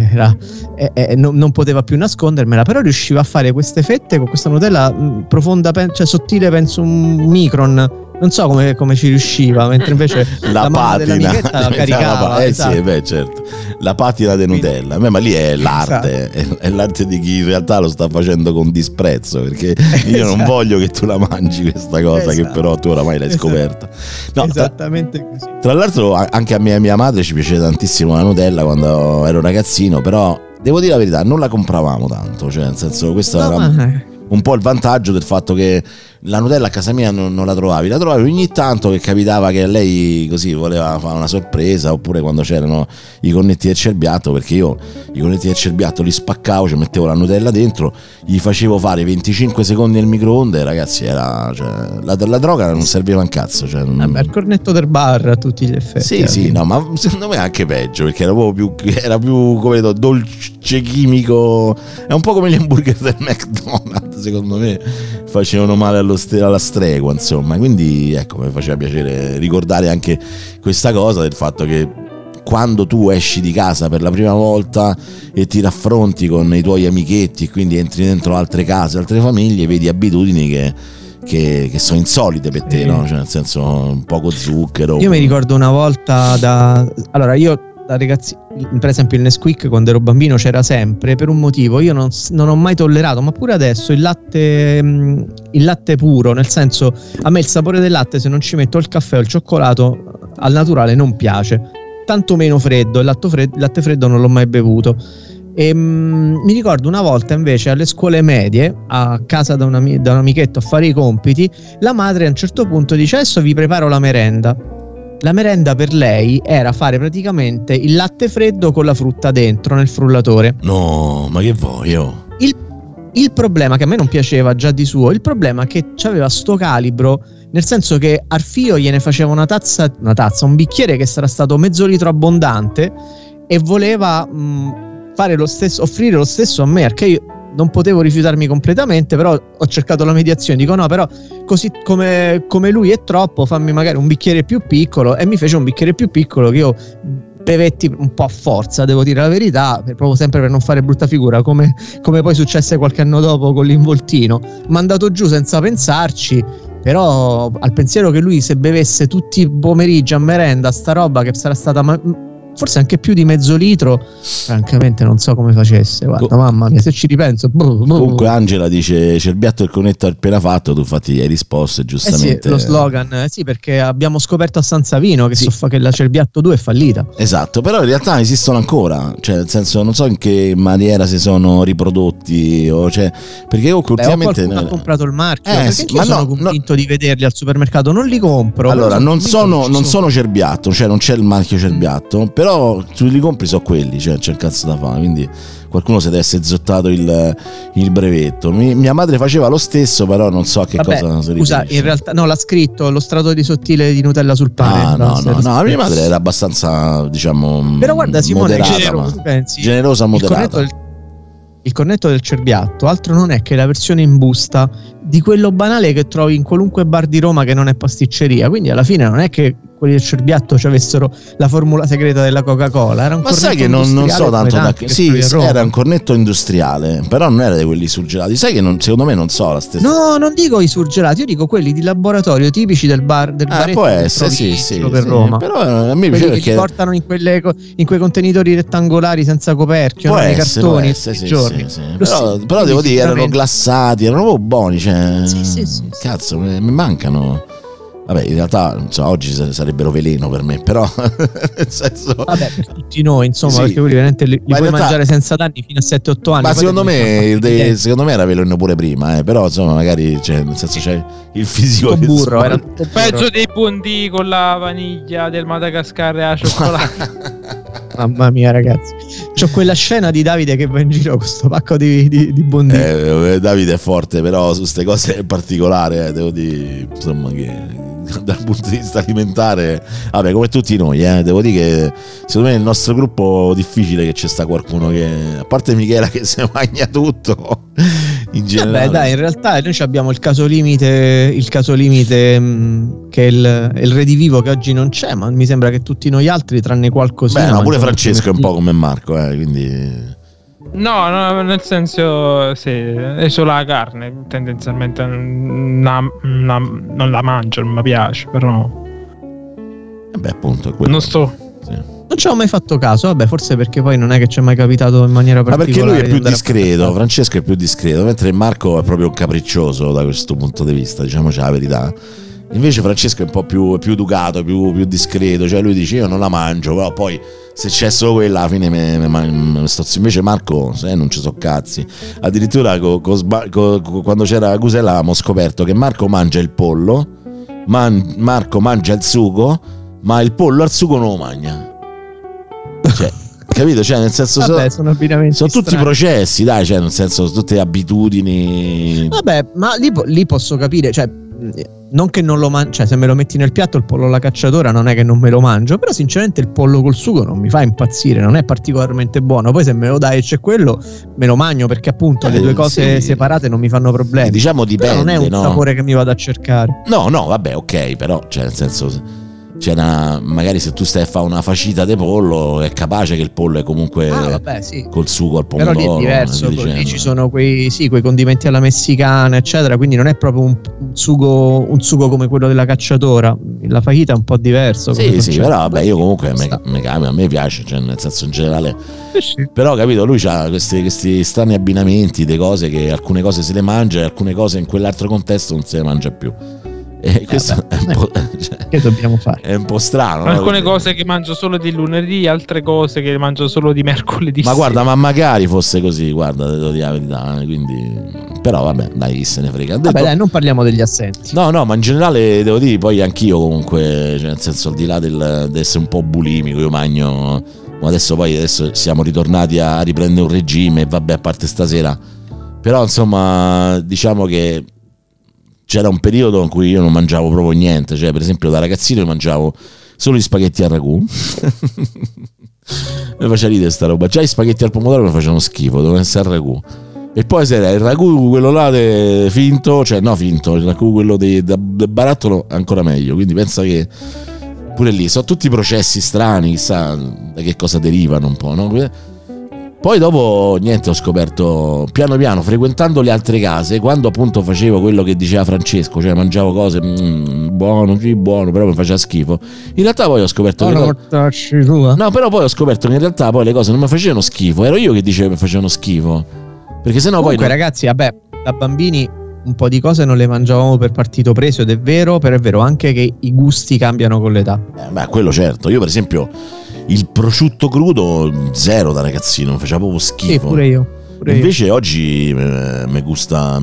non poteva più nascondermela, però riusciva a fare queste fette con questa Nutella profonda, cioè sottile, penso un micron. Non so come ci riusciva, mentre invece la mamma dell'amichetta la caricava. Esatto. Sì, beh, certo. La patina di Nutella. Ma lì è l'arte, esatto. È l'arte di chi in realtà lo sta facendo con disprezzo, perché io non voglio che tu la mangi questa cosa, che però tu oramai l'hai scoperta. No, esattamente così. Tra l'altro anche a me e mia madre ci piaceva tantissimo la Nutella quando ero ragazzino, però devo dire la verità, non la compravamo tanto, cioè nel senso, questo era un po' il vantaggio del fatto che la Nutella a casa mia non la trovavi ogni tanto, che capitava che lei così voleva fare una sorpresa, oppure quando c'erano i cornetti del cerbiato, perché io i cornetti del cerbiato li spaccavo, ci mettevo la Nutella dentro, gli facevo fare 25 secondi nel microonde, ragazzi, era, cioè, la droga non serviva un cazzo, cioè, il cornetto del bar a tutti gli effetti. Sì, no, ma secondo me è anche peggio, perché era proprio più come dolce chimico, è un po' come gli hamburger del McDonald's, secondo me facevano male alla stregua, insomma. Quindi ecco, mi faceva piacere ricordare anche questa cosa del fatto che quando tu esci di casa per la prima volta e ti raffronti con i tuoi amichetti e quindi entri dentro altre case, altre famiglie, vedi abitudini che sono insolite per te, no? Cioè, nel senso, un poco zucchero. Io mi ricordo una volta allora io da ragazzi, per esempio il Nesquik quando ero bambino c'era sempre, per un motivo: io non ho mai tollerato, ma pure adesso, il latte puro, nel senso, a me il sapore del latte, se non ci metto il caffè o il cioccolato al naturale, non piace, tanto meno freddo. Il latte freddo non l'ho mai bevuto. E mi ricordo una volta invece alle scuole medie, a casa da un amichetto a fare i compiti, la madre a un certo punto dice: adesso vi preparo la merenda. La merenda per lei era fare praticamente il latte freddo con la frutta dentro nel frullatore. No, ma che voglio? Il problema, che a me non piaceva già di suo, il problema è che c'aveva sto calibro, nel senso che al filo gliene faceva una tazza, un bicchiere che sarà stato mezzo litro abbondante, e voleva fare lo stesso, offrire lo stesso a me, perché io non potevo rifiutarmi completamente, però ho cercato la mediazione, dico no, però così come lui è troppo, fammi magari un bicchiere più piccolo, e mi fece un bicchiere più piccolo che io bevetti un po' a forza, devo dire la verità, proprio sempre per non fare brutta figura, come poi successe qualche anno dopo con l'Involtino. Mandato giù senza pensarci, però al pensiero che lui, se bevesse tutti i pomeriggi a merenda sta roba che sarà stata forse anche più di mezzo litro, francamente non so come facesse. Guarda, mamma mia, se ci ripenso. Comunque Angela dice: Cerbiatto il cornetto appena fatto. Tu infatti hai risposto giustamente. Sì, lo slogan, sì, perché abbiamo scoperto a San Savino che, che la Cerbiatto 2 è fallita. Esatto, però in realtà esistono ancora, cioè nel senso non so in che maniera si sono riprodotti perché io ultimamente qualcuno ha comprato il marchio, perché io sono convinto di vederli al supermercato, non li compro. Allora non sono Cerbiatto, cioè non c'è il marchio Cerbiatto, però tu li compri, so quelli, cioè c'è il cazzo da fare, quindi qualcuno si deve essere zottato il brevetto. Mia madre faceva lo stesso, però non so a che cosa si riferisce. Scusa, in realtà no, l'ha scritto lo strato di sottile di Nutella sul pane. No, mia madre era abbastanza, diciamo, però guarda Simone, moderata, generosa, moderata. Il cornetto del Cerbiatto altro non è che la versione in busta di quello banale che trovi in qualunque bar di Roma che non è pasticceria, quindi alla fine non è che quelli del Cerbiatto ci avessero la formula segreta della Coca-Cola, era un ma sai che non so tanto era un cornetto industriale, però non era di quelli surgelati, sai che secondo me non so la stessa. No, non dico i surgelati, io dico quelli di laboratorio tipici del baretto può essere, sì, per Roma, però a me piace perché li portano in quei contenitori rettangolari senza coperchio, nei cartoni, giorni. Però devo dire erano glassati, erano proprio buoni, cioè sì. Cazzo, mi mancano. Vabbè, in realtà oggi sarebbero veleno per me, però nel senso, vabbè, per tutti noi, insomma, perché quelli veramente li puoi mangiare senza danni fino a 7-8 anni. Ma secondo me era veleno pure prima, però insomma, magari, cioè, nel senso, c'è il fisico che burro, era peggio dei bondi con la vaniglia del Madagascar e la cioccolata. Mamma mia, ragazzi, c'ho quella scena di Davide che va in giro con sto pacco di bondi. Davide è forte, però su queste cose è particolare, devo dire, insomma, che dal punto di vista alimentare, vabbè, come tutti noi, devo dire che secondo me nel nostro gruppo difficile che c'è sta qualcuno che, a parte Michela che si mangia tutto in generale. Vabbè, dai, in realtà noi abbiamo il caso limite che è il redivivo, che oggi non c'è, ma mi sembra che tutti noi altri, tranne qualcosina. Beh, no, pure Francesco è un po' come Marco, quindi no, nel senso, sì, è solo la carne, tendenzialmente non la mangio, non mi piace, però beh, appunto è quello. Non sto Non ci ho mai fatto caso, vabbè, forse perché poi non è che ci è mai capitato in maniera particolare. Ma perché lui è più discreto, Francesco è più discreto, mentre Marco è proprio capriccioso da questo punto di vista, diciamoci la verità. Invece Francesco è un po' più educato, più discreto, cioè lui dice io non la mangio, però poi se c'è solo quella alla fine me sto. Invece Marco non ci so cazzi. Addirittura quando c'era Cusella avevamo scoperto che Marco mangia il pollo, Marco mangia il sugo, ma il pollo al sugo non lo mangia. Cioè, capito? Cioè, nel senso, vabbè, sono tutti processi, dai, cioè, nel senso, tutte abitudini. Vabbè, ma lì posso capire, cioè, non che non lo mangio, cioè, se me lo metti nel piatto il pollo alla cacciatora non è che non me lo mangio, però sinceramente il pollo col sugo non mi fa impazzire, non è particolarmente buono. Poi se me lo dai e c'è quello, me lo mangio, perché appunto le due cose separate non mi fanno problemi. Diciamo dipende, però non è un sapore che mi vado a cercare. No, vabbè, ok, però, cioè, nel senso, magari se tu stai a fare una facita di pollo è capace che il pollo è comunque col sugo al pomodoro, però lì è diverso, lì ci sono quei condimenti alla messicana eccetera, quindi non è proprio un sugo come quello della cacciatora, la fajita è un po' diverso. Sì, però vabbè, io comunque a me piace, cioè, nel senso, in generale, però capito, lui ha questi strani abbinamenti di cose, che alcune cose se le mangia e alcune cose in quell'altro contesto non se le mangia più. Questo è un po', che dobbiamo fare? È un po' strano. Alcune cose che mangio solo di lunedì, altre cose che mangio solo di mercoledì. Ma guarda, ma magari fosse così, guarda, devo dire la verità. Quindi, però vabbè, dai, chi se ne frega. Vabbè, dai, non parliamo degli assenti. No, ma in generale devo dire, poi anch'io comunque, cioè, nel senso, al di là dell'essere un po' bulimico, io mangio. Ma adesso siamo ritornati a riprendere un regime, e vabbè, a parte stasera. Però insomma, diciamo che c'era un periodo in cui io non mangiavo proprio niente, cioè per esempio da ragazzino io mangiavo solo gli spaghetti al ragù. Mi faceva ridere sta roba, già gli spaghetti al pomodoro mi facevano schifo, dovevano essere al ragù. E poi se era il ragù quello là finto, cioè no finto, il ragù quello del barattolo ancora meglio, quindi pensa che pure lì sono tutti processi strani, chissà da che cosa derivano un po', no? Poi dopo niente, ho scoperto piano piano, frequentando le altre case, quando appunto facevo quello che diceva Francesco, cioè mangiavo cose buono, sì, buono, però mi faceva schifo. In realtà poi ho scoperto no, però poi ho scoperto che in realtà poi le cose non mi facevano schifo, ero io che dicevo che mi facevano schifo. Perché sennò comunque, poi ragazzi, vabbè, da bambini un po' di cose non le mangiavamo per partito preso, ed è vero, però è vero anche che i gusti cambiano con l'età. beh, quello certo. Io per esempio il prosciutto crudo zero da ragazzino, mi faceva proprio schifo. Sì, pure io. Invece oggi mi gusta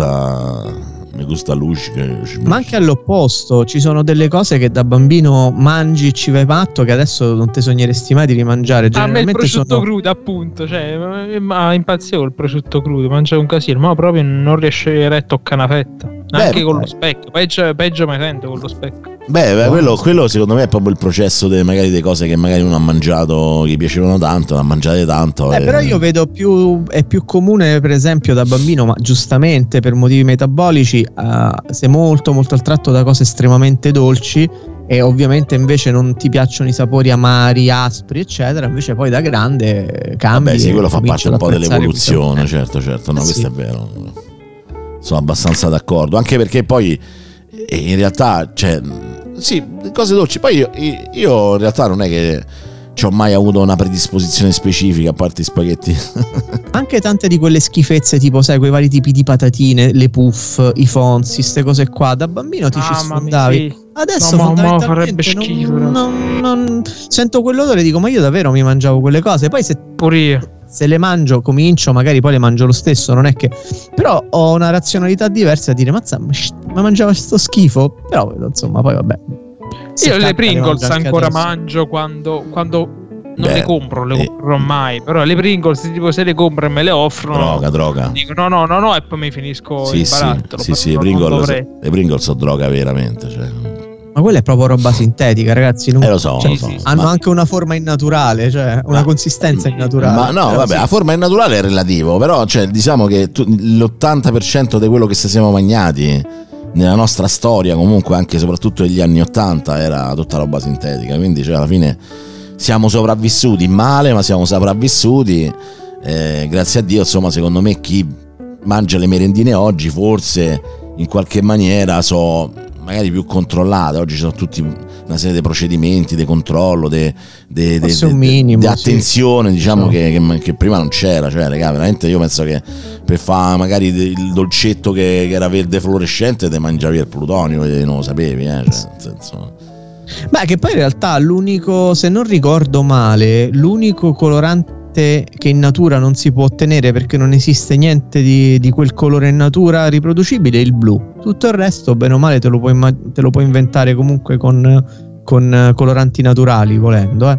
luce. Ma anche all'opposto, ci sono delle cose che da bambino mangi e ci vai matto, che adesso non ti sogneresti mai di rimangiare. A me il prosciutto sono... crudo, appunto, cioè, ma impazzivo il prosciutto crudo, mangiavo un casino, ma proprio non riuscirei a toccare una fetta. Anche con lo specchio, peggio mi sento con lo specchio. Beh, quello secondo me è proprio il processo magari delle cose che magari uno ha mangiato, che piacevano tanto, l'ha mangiate tanto. Però io vedo è più comune, per esempio, da bambino, ma giustamente per motivi metabolici, sei molto molto attratto da cose estremamente dolci, e ovviamente invece non ti piacciono i sapori amari, aspri, eccetera. Invece poi da grande cambi. Beh, sì, quello fa parte un po' dell'evoluzione, certo, no, sì. Questo è vero. Sono abbastanza d'accordo, anche perché poi in realtà, cioè, sì, cose dolci. Poi io in realtà non è che ci ho mai avuto una predisposizione specifica, a parte i spaghetti. Anche tante di quelle schifezze, tipo, sai, quei vari tipi di patatine, le puff, i fonzi, queste cose qua, da bambino ti ci sfondavi. Sì. Adesso no, fondamentalmente farebbe schifo. non sento quell'odore e dico, ma io davvero mi mangiavo quelle cose. Poi pure io, se le mangio, comincio, magari poi le mangio lo stesso, non è che... Però ho una razionalità diversa a dire, ma mangiavo sto schifo? Però insomma, poi vabbè. Io le Pringles ancora mangio quando non le compro mai. Però le Pringles, tipo, se le compro e me le offrono, droga. Dico no, e poi mi finisco il barattolo. Sì, le Pringles sono droga veramente, cioè. Ma quella è proprio roba sintetica, ragazzi. Lo so. Hanno anche una forma innaturale, cioè una consistenza innaturale. Ma no, vabbè, la forma innaturale è relativo, però cioè, diciamo che l'80% di quello che siamo mangiati nella nostra storia, comunque anche soprattutto negli anni 80, era tutta roba sintetica, quindi cioè alla fine siamo sopravvissuti male, ma siamo sopravvissuti, grazie a Dio. Insomma, secondo me chi mangia le merendine oggi forse in qualche maniera magari più controllate. Oggi ci sono tutti una serie di procedimenti di controllo, di attenzione, sì, diciamo, che prima non c'era. Cioè, raga, veramente io penso che per fare magari il dolcetto che era verde fluorescente te mangiavi il plutonio e non lo sapevi, cioè, nel senso. Beh, che poi in realtà l'unico, se non ricordo male, l'unico colorante che in natura non si può ottenere, perché non esiste niente di quel colore in natura riproducibile, è il blu. Tutto il resto, bene o male, te lo puoi inventare comunque con coloranti naturali, volendo.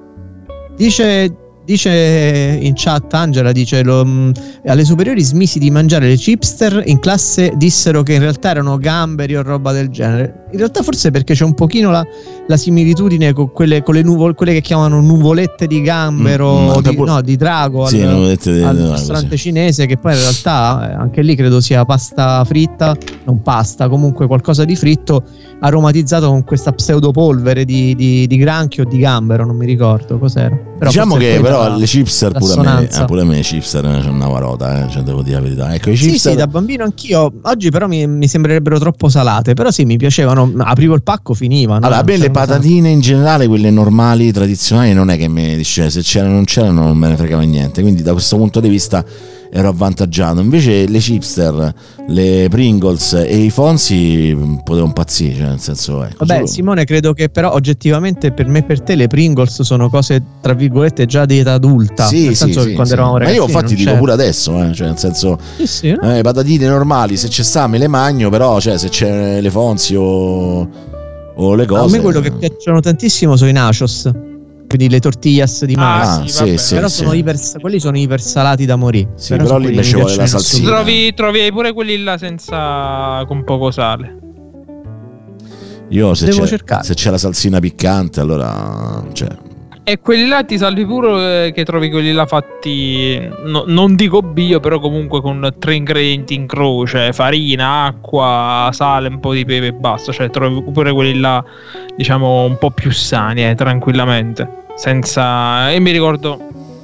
Dice in chat Angela, dice alle superiori smisi di mangiare le chipster, in classe dissero che in realtà erano gamberi o roba del genere. In realtà forse perché c'è un pochino la similitudine con quelle che chiamano nuvolette di gambero, di drago, sì, al ristorante cinese, che poi in realtà anche lì credo sia pasta fritta, non pasta, comunque qualcosa di fritto aromatizzato con questa pseudopolvere di granchio o di gambero, non mi ricordo cos'era. Però diciamo che però le chipster pure a me chipster c'è una varota, cioè, devo dire la verità. Ecco, i chipster... sì, da bambino anch'io. Oggi però mi sembrerebbero troppo salate, però sì, mi piacevano. Aprivo il pacco, finivano. Allora, beh, le patatine in generale, quelle normali, tradizionali, non è che mi dice, se c'erano o non c'erano non me ne fregava niente, quindi da questo punto di vista ero avvantaggiato. Invece le chipster, le Pringles e i Fonzi potevo impazzire, cioè, nel senso, ecco, vabbè, Simone, credo che però oggettivamente per me e per te le Pringles sono cose tra virgolette già di età adulta, nel senso che quando eravamo ragazzini, ma io infatti dico pure adesso, cioè nel senso, no? Patatine normali, se c'è sta me le magno, però cioè se c'è le Fonzi o le cose, a me quello che piacciono tantissimo sono i nachos, quindi le tortillas di mais. Però sono quelli sono ipersalati da morire. Sì, però lì invece vuole la salsina. Trovi pure quelli là con poco sale. Io se c'è la salsina piccante, allora e quelli là ti salvi pure, che trovi quelli là fatti non dico bio, però comunque con 3 ingredienti in croce: farina, acqua, sale, un po' di pepe e basta. Cioè trovi pure quelli là, diciamo, un po' più sani, tranquillamente, senza... E mi ricordo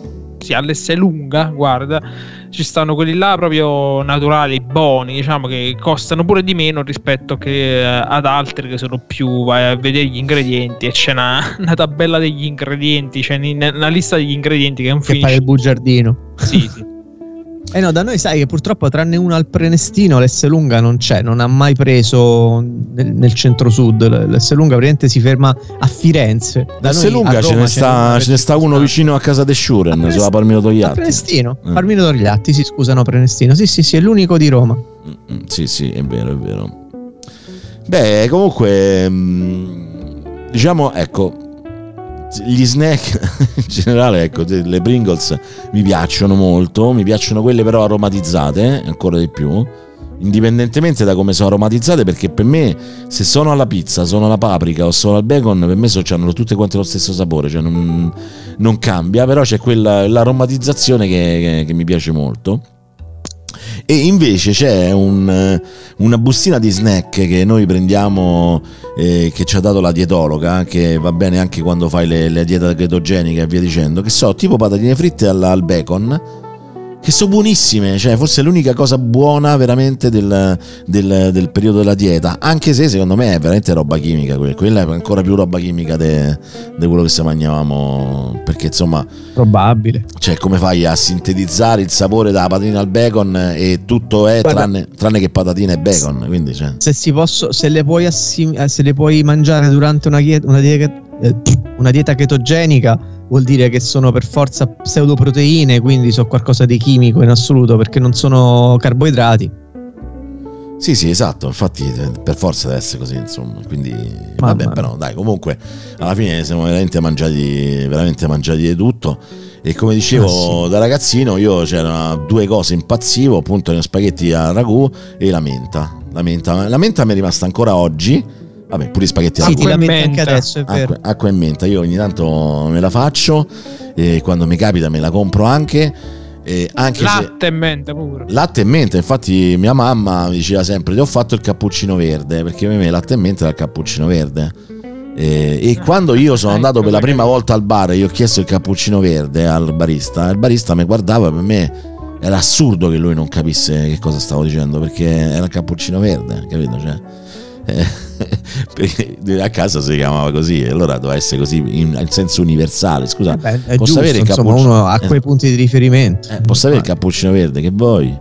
sì, all'Esselunga, guarda, ci stanno quelli là proprio naturali, buoni, diciamo, che costano pure di meno rispetto che ad altri che sono più, vai a vedere gli ingredienti e c'è una tabella degli ingredienti, c'è una lista degli ingredienti che non Che finisce. fai il bugiardino. Sì. No, da noi sai che purtroppo tranne una al Prenestino l'Esselunga non c'è, non ha mai preso nel centro-sud. L'Esselunga praticamente si ferma a Firenze. Da noi L'Esselunga a ce Roma ne sta uno vicino a casa de Sciuren, sulla Parmino a Togliatti. Prenestino, Parmino Togliatti, sì, scusano, Prenestino. Sì, è l'unico di Roma. Sì, è vero. Beh, comunque, diciamo, ecco, gli snack in generale, ecco, le Pringles mi piacciono molto, mi piacciono quelle però aromatizzate ancora di più, indipendentemente da come sono aromatizzate, perché per me, se sono alla pizza, sono alla paprika o sono al bacon, per me hanno tutte quante lo stesso sapore, cioè non cambia, però c'è l'aromatizzazione che mi piace molto. E invece c'è una bustina di snack che noi prendiamo, che ci ha dato la dietologa, che va bene anche quando fai le diete chetogenica e via dicendo, che so, tipo patatine fritte al bacon, che sono buonissime, cioè forse è l'unica cosa buona veramente del periodo della dieta, anche se secondo me è veramente roba chimica, quella è ancora più roba chimica di quello che si mangiavamo, perché insomma Probabile. cioè come fai a sintetizzare il sapore della patatina al bacon e tutto è tranne che patatina e bacon, quindi cioè. Se le puoi mangiare durante una dieta chetogenica, vuol dire che sono per forza pseudoproteine, quindi sono qualcosa di chimico in assoluto, perché non sono carboidrati. Sì, esatto, infatti per forza deve essere così, insomma, quindi vabbè, però dai, comunque alla fine siamo veramente mangiati di tutto. E come dicevo, da ragazzino io c'erano due cose, impazzivo, appunto gli spaghetti al ragù e la menta mi è rimasta ancora oggi. Vabbè, pure i spaghetti al Sì, ragù. ti lamenti anche adesso, è vero. Acqua e menta, io ogni tanto me la faccio e quando mi capita me la compro anche. Latte e menta pure. Latte e menta, infatti mia mamma mi diceva sempre: ti ho fatto il cappuccino verde, perché per me latte e menta era il cappuccino verde. E quando io sono andato per la prima volta al bar e gli ho chiesto il cappuccino verde al barista, il barista mi guardava, per me era assurdo che lui non capisse che cosa stavo dicendo, perché era il cappuccino verde, capito? Cioè, perché a casa si chiamava così, e allora doveva essere così in senso universale. Scusa, è posso giusto, avere il insomma, uno ha quei punti di riferimento. Posso avere il cappuccino verde che vuoi?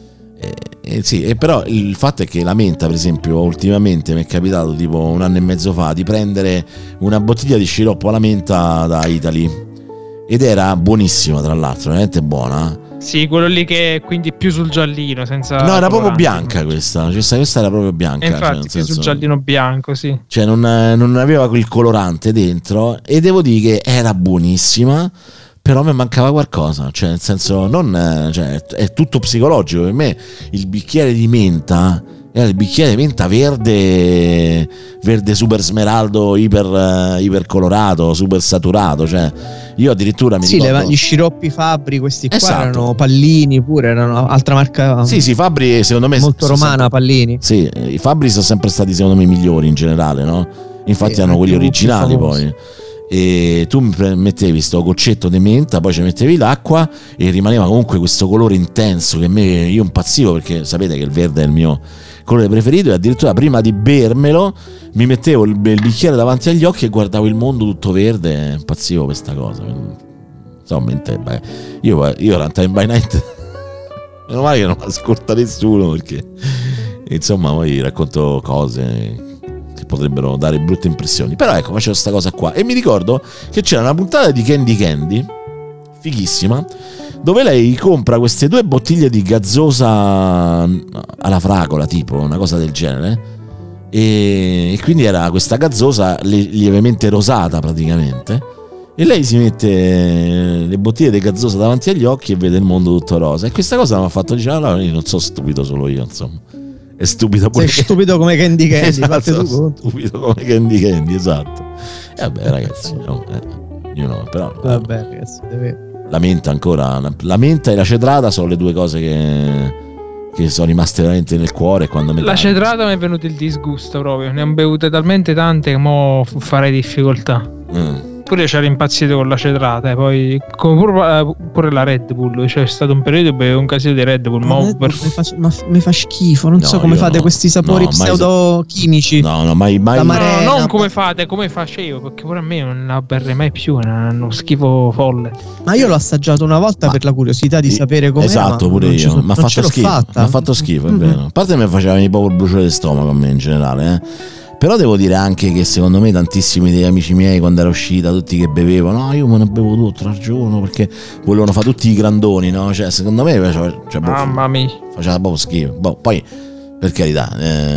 Sì, però il fatto è che la menta, per esempio, ultimamente mi è capitato tipo un anno e mezzo fa di prendere una bottiglia di sciroppo alla menta da Italy, ed era buonissima, tra l'altro, veramente buona. Sì, quello lì che è quindi più sul giallino, senza no, era proprio colorante. bianca questa era proprio bianca, Infatti, cioè, nel più sul senso, giallino bianco, sì. cioè non aveva quel colorante dentro, e devo dire che era buonissima, però mi mancava qualcosa, cioè nel senso cioè, è tutto psicologico. Per me il bicchiere di menta era il bicchiere di menta verde super smeraldo, iper colorato, super saturato, cioè io addirittura mi ricordo Gli sciroppi Fabbri, questi qua, Esatto. erano Pallini, pure erano altra marca. sì, Fabbri secondo me molto romana, Pallini. sì, i Fabbri sono sempre stati secondo me i migliori in generale, no? Infatti Sì, hanno quelli più originali famosi. poi. E tu mettevi sto goccetto di menta, poi ci mettevi l'acqua e rimaneva comunque questo colore intenso che io impazzivo, perché sapete che il verde è il mio colore preferito, e addirittura prima di bermelo mi mettevo il bicchiere davanti agli occhi e guardavo il mondo tutto verde, e impazzivo per questa cosa. Insomma, io Runtime by Night meno male che non ascolta nessuno, perché insomma poi racconto cose che potrebbero dare brutte impressioni, però ecco, facevo sta cosa qua. E mi ricordo che c'era una puntata di Candy fighissima, dove lei compra queste 2 bottiglie di gazzosa alla fragola, tipo una cosa del genere, e quindi era questa gazzosa lievemente rosata praticamente, e lei si mette le bottiglie di gazzosa davanti agli occhi e vede il mondo tutto rosa, e questa cosa mi ha fatto dire: no, io non sono stupido solo io, insomma, è stupido pure Sei stupido come Candy, esatto, fate tu conto. stupido come Candy, esatto. E vabbè ragazzi, però Vabbè ragazzi, la menta ancora, la menta e la cedrata sono le 2 cose che sono rimaste veramente nel cuore. Quando La cedrata mi è venuto il disgusto proprio, ne ho bevute talmente tante che mo farei difficoltà. Pure c'era impazzito con la cedrata, poi pure la Red Bull, c'è stato un periodo che bevevo un casino di Red Bull, mi fa schifo, non so come fate questi sapori pseudochimici. No, mai. Non come facevo, perché pure a me non la berrei mai più, è uno schifo folle. Ma io l'ho assaggiato una volta per la curiosità di sapere com'era. Esatto, pure io. Mi ha fatto schifo, è vero. A parte mi faceva proprio il bruciore di stomaco a me in generale, Però devo dire anche che secondo me tantissimi degli amici miei, quando era uscita, tutti che bevevano, io me ne bevo tutto al giorno perché volevano fare tutti i grandoni, no? Cioè, secondo me mamma mia, faceva proprio schifo. Poi, per carità,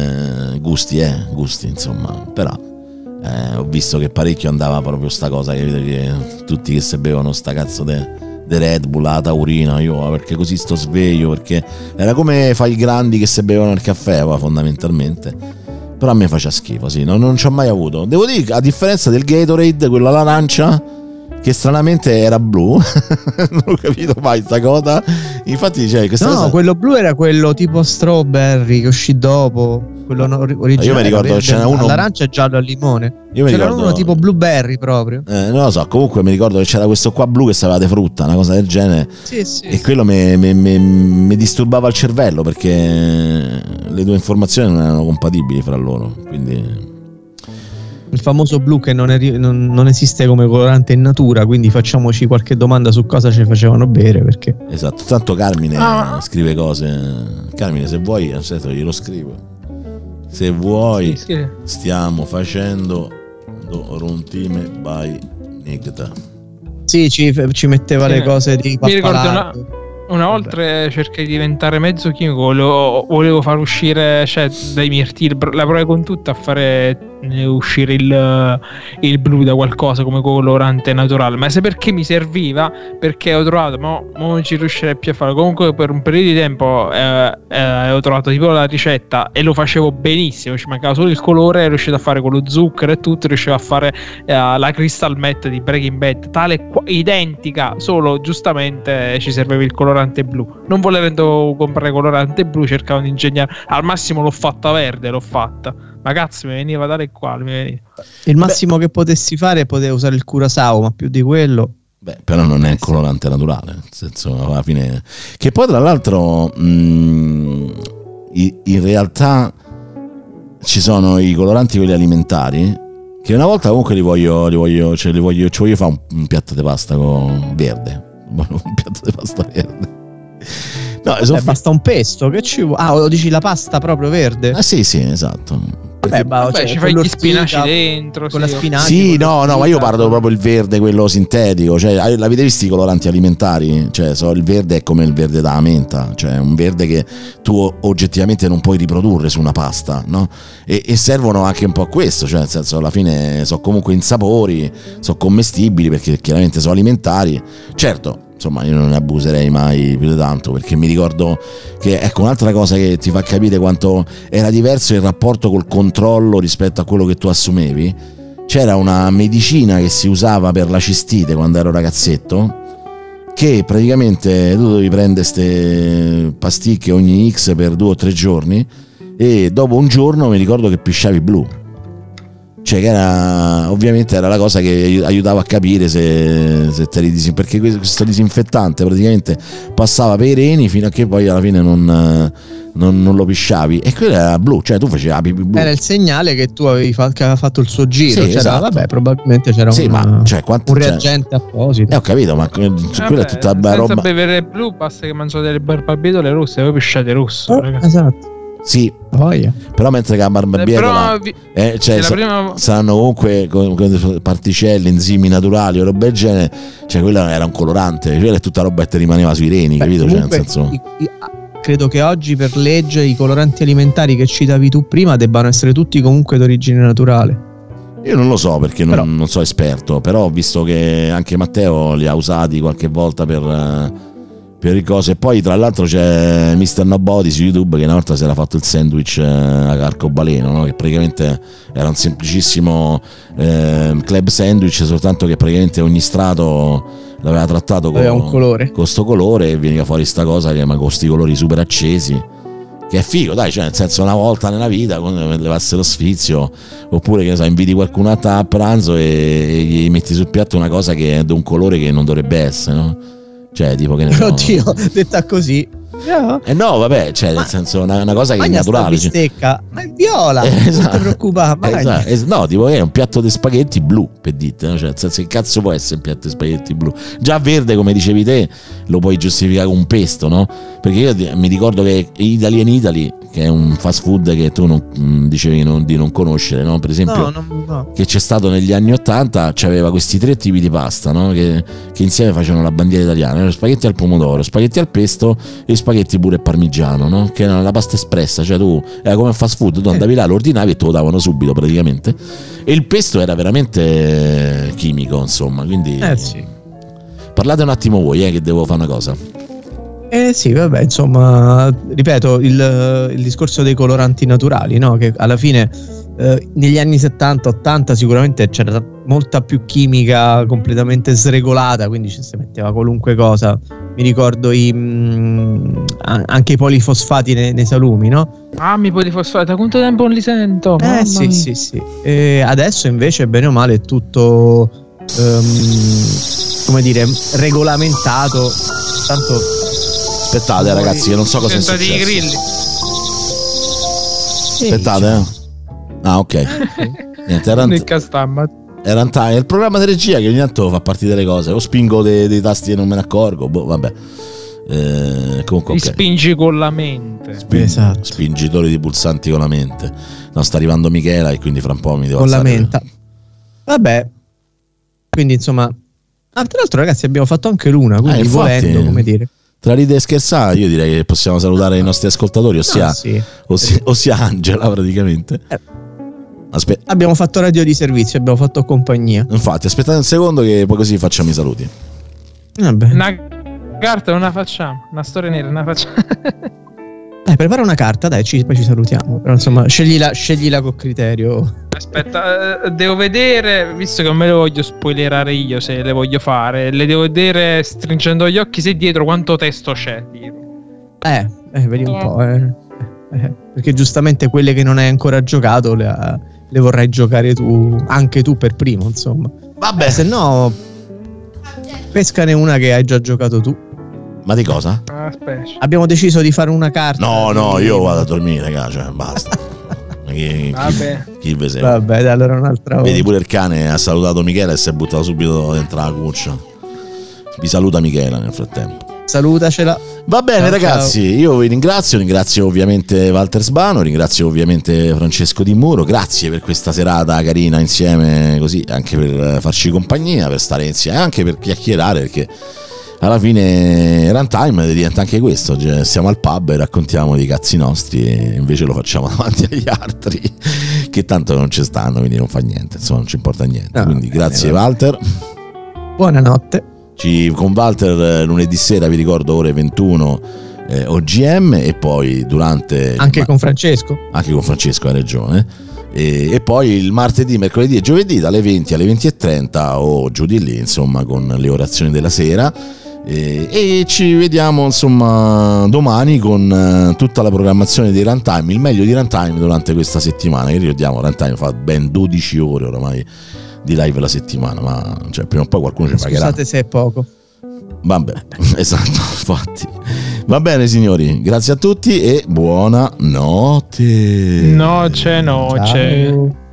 gusti, insomma. Però ho visto che parecchio andava proprio sta cosa, che tutti che se bevano sta cazzo de Red Bull, la taurina, io perché così sto sveglio, perché era come fai i grandi che se bevano il caffè, fondamentalmente. Però a me faceva schifo, sì, non ci ho mai avuto. Devo dire, a differenza del Gatorade, quello all'arancia, che stranamente era blu, non ho capito mai sta cosa. Infatti, cosa... quello blu era quello tipo strawberry che uscì dopo. Quello originale. Io mi ricordo che c'era uno. L'arancia è giallo al limone. C'era uno tipo blueberry proprio. Non lo so, comunque mi ricordo che c'era questo qua blu che sapeva di frutta, una cosa del genere. Sì. E quello mi disturbava il cervello perché le due informazioni non erano compatibili fra loro. Quindi. Il famoso blu che non esiste come colorante in natura, quindi facciamoci qualche domanda su cosa ci facevano bere, perché. Esatto, tanto Carmine scrive cose. Carmine, se vuoi, aspetta, glielo scrivo. Se vuoi, stiamo facendo Runtime by Nigta. Sì, ci metteva le cose di mi ricordo una volta cercai di diventare mezzo chimico, volevo far uscire dai mirtilli, la provai con tutto a fare uscire il blu da qualcosa come colorante naturale, ma se perché mi serviva, perché ho trovato non ci riuscirei più a farlo. Comunque per un periodo di tempo ho trovato tipo la ricetta e lo facevo benissimo, ci mancava solo il colore, ero riuscito a fare con lo zucchero e tutto, riuscivo a fare la Crystal Meth di Breaking Bad identica, solo giustamente ci serveva il colorante blu. Non volendo comprare colorante blu, cercavo di ingegnare, al massimo l'ho fatta verde, ma cazzo mi veniva da quale il massimo che potessi fare, potevo usare il Curaçao, ma più di quello però non è colorante naturale, nel senso, alla fine, che poi tra l'altro in realtà ci sono i coloranti, quelli alimentari, che una volta comunque li voglio fare un piatto di pasta con verde, un piatto di pasta verde. No, basta un pesto, che ci vuole? Lo dici la pasta proprio verde? Sì, esatto. Ci fai gli spinaci dentro con la spinaci. Sì, no, ma io parlo proprio il verde, quello sintetico. Cioè, l'avete visto i coloranti alimentari? Cioè, il verde è come il verde da menta, cioè un verde che tu oggettivamente non puoi riprodurre su una pasta, no? E servono anche un po' a questo, cioè nel senso, alla fine sono comunque insapori, sono commestibili perché chiaramente sono alimentari. Certo, insomma, io non ne abuserei mai più di tanto, perché mi ricordo che, ecco, un'altra cosa che ti fa capire quanto era diverso il rapporto col controllo rispetto a quello che tu assumevi. C'era una medicina che si usava per la cistite quando ero ragazzetto, che praticamente tu dovevi prendere queste pasticche ogni X per 2 o 3 giorni, e dopo un giorno mi ricordo che pisciavi blu. Cioè, che ovviamente era la cosa che aiutava a capire se eri perché questo disinfettante praticamente passava per i reni fino a che poi alla fine non lo pisciavi, e quello era blu, cioè tu facevi la pipì blu. Era il segnale che tu che aveva fatto il suo giro. Sì, esatto. Vabbè, probabilmente c'era un reagente apposito. Ho capito, ma quella è tutta la roba. Senza bevere il blu basta che mangiate delle barbabietole rosse e poi pisciate rosso. Esatto. Sì, però mentre che la barbabietola saranno comunque con particelle, enzimi naturali o roba del genere, cioè quella era un colorante, quella è tutta roba che ti rimaneva sui reni, capito? Comunque, cioè, nel senso... credo che oggi per legge i coloranti alimentari che citavi tu prima debbano essere tutti comunque d'origine naturale. Io non lo so perché non sono esperto, però ho visto che anche Matteo li ha usati qualche volta per le cose. E poi tra l'altro c'è Mr. Nobody su YouTube che una volta si era fatto il sandwich arcobaleno, no? Che praticamente era un semplicissimo club sandwich, soltanto che praticamente ogni strato l'aveva trattato con un colore, con sto colore, e veniva fuori sta cosa che con sti colori super accesi, che è figo, dai, cioè nel senso una volta nella vita come levarsi lo sfizio, oppure che ne so, inviti qualcuno a pranzo e gli metti sul piatto una cosa che è di un colore che non dovrebbe essere, no? Cioè tipo che ne so. Oddio, detta così. No, vabbè, cioè nel senso una cosa che è naturale. Bistecca, ma è viola, non ti preoccupare. No, tipo è un piatto di spaghetti blu, per dite, no? Cioè nel senso che cazzo può essere un piatto di spaghetti blu? Già verde, come dicevi te, lo puoi giustificare con un pesto, no? Perché io mi ricordo che Italian Italy, che è un fast food che tu non dicevi di non conoscere, no? Per esempio, no. Che c'è stato negli anni '80, c'aveva questi 3 tipi di pasta, no? Che insieme facevano la bandiera italiana: lo spaghetti al pomodoro, spaghetti al pesto e spaghetti pure parmigiano, no? Che era la pasta espressa, cioè tu era come un fast food, tu andavi là, lo ordinavi e te lo davano subito praticamente, e il pesto era veramente chimico, insomma, quindi sì. Parlate un attimo voi, che devo fare una cosa. Sì, vabbè, insomma, ripeto, il discorso dei coloranti naturali, no? Che alla fine negli anni 70-80 sicuramente c'era molta più chimica completamente sregolata, quindi ci si metteva qualunque cosa. Mi ricordo anche i polifosfati nei salumi, no? I polifosfati, da quanto tempo non li sento? Sì. E adesso invece bene o male è tutto come dire, regolamentato. Tanto aspettate ragazzi, che non so cosa è successo. I grilli. Aspettate, ok. Niente, era il programma di regia che ogni tanto fa partire le cose, o spingo dei tasti e non me ne accorgo, vabbè. Comunque Li spingi con la mente. Esatto. Spingitori di pulsanti con la mente. No, sta arrivando Michela e quindi fra un po' mi devo con alzare. La menta. Vabbè, quindi insomma, tra l'altro ragazzi abbiamo fatto anche l'una, quindi infatti, volendo, come dire, tra ride e scherzare, io direi che possiamo salutare i nostri ascoltatori, ossia Angela praticamente. Abbiamo fatto radio di servizio, abbiamo fatto compagnia. Infatti, aspettate un secondo che poi così facciamo i saluti. Vabbè. Una carta non la facciamo, una storia nera non la facciamo. Prepara una carta, dai, poi ci salutiamo. Però insomma, sceglila con criterio. Aspetta, devo vedere, visto che non me le voglio spoilerare io, se le voglio fare, le devo vedere stringendo gli occhi se dietro quanto testo c'è. Vedi un po', perché giustamente quelle che non hai ancora giocato le vorrai giocare tu, anche tu per primo, insomma. Vabbè, se no pescane una che hai già giocato tu. Ma di cosa? Aspetta. Abbiamo deciso di fare una carta. No, io vado a dormire, raga, cioè basta. Chi ve sei? Vabbè, dai, allora un'altra volta. Vedi, pure il cane ha salutato Michela e si è buttato subito dentro la cuccia. Vi saluta Michela nel frattempo. Salutacela. Va bene, ragazzi, io vi ringrazio ovviamente Walter Sbano, ringrazio ovviamente Francesco Di Muro, grazie per questa serata carina insieme, così anche per farci compagnia, per stare insieme, anche per chiacchierare, perché alla fine Runtime diventa anche questo, cioè siamo al pub e raccontiamo dei cazzi nostri e invece lo facciamo davanti agli altri che tanto non ci stanno, quindi non fa niente, insomma non ci importa niente. Quindi grazie Walter. Buonanotte. Con Walter lunedì sera, vi ricordo, ore 21 OGM, e poi durante con Francesco, hai ragione, e poi il martedì, mercoledì e giovedì dalle 20 alle 20:30 o giù di lì, insomma, con le orazioni della sera, e ci vediamo insomma domani con tutta la programmazione di Runtime, il meglio di Runtime durante questa settimana, che ricordiamo Runtime fa ben 12 ore oramai di live la settimana, ma cioè, prima o poi qualcuno ci pagherà. Scusate se è poco. Vabbè, esatto, infatti. Va bene signori, grazie a tutti e buonanotte. Noce. Ciao.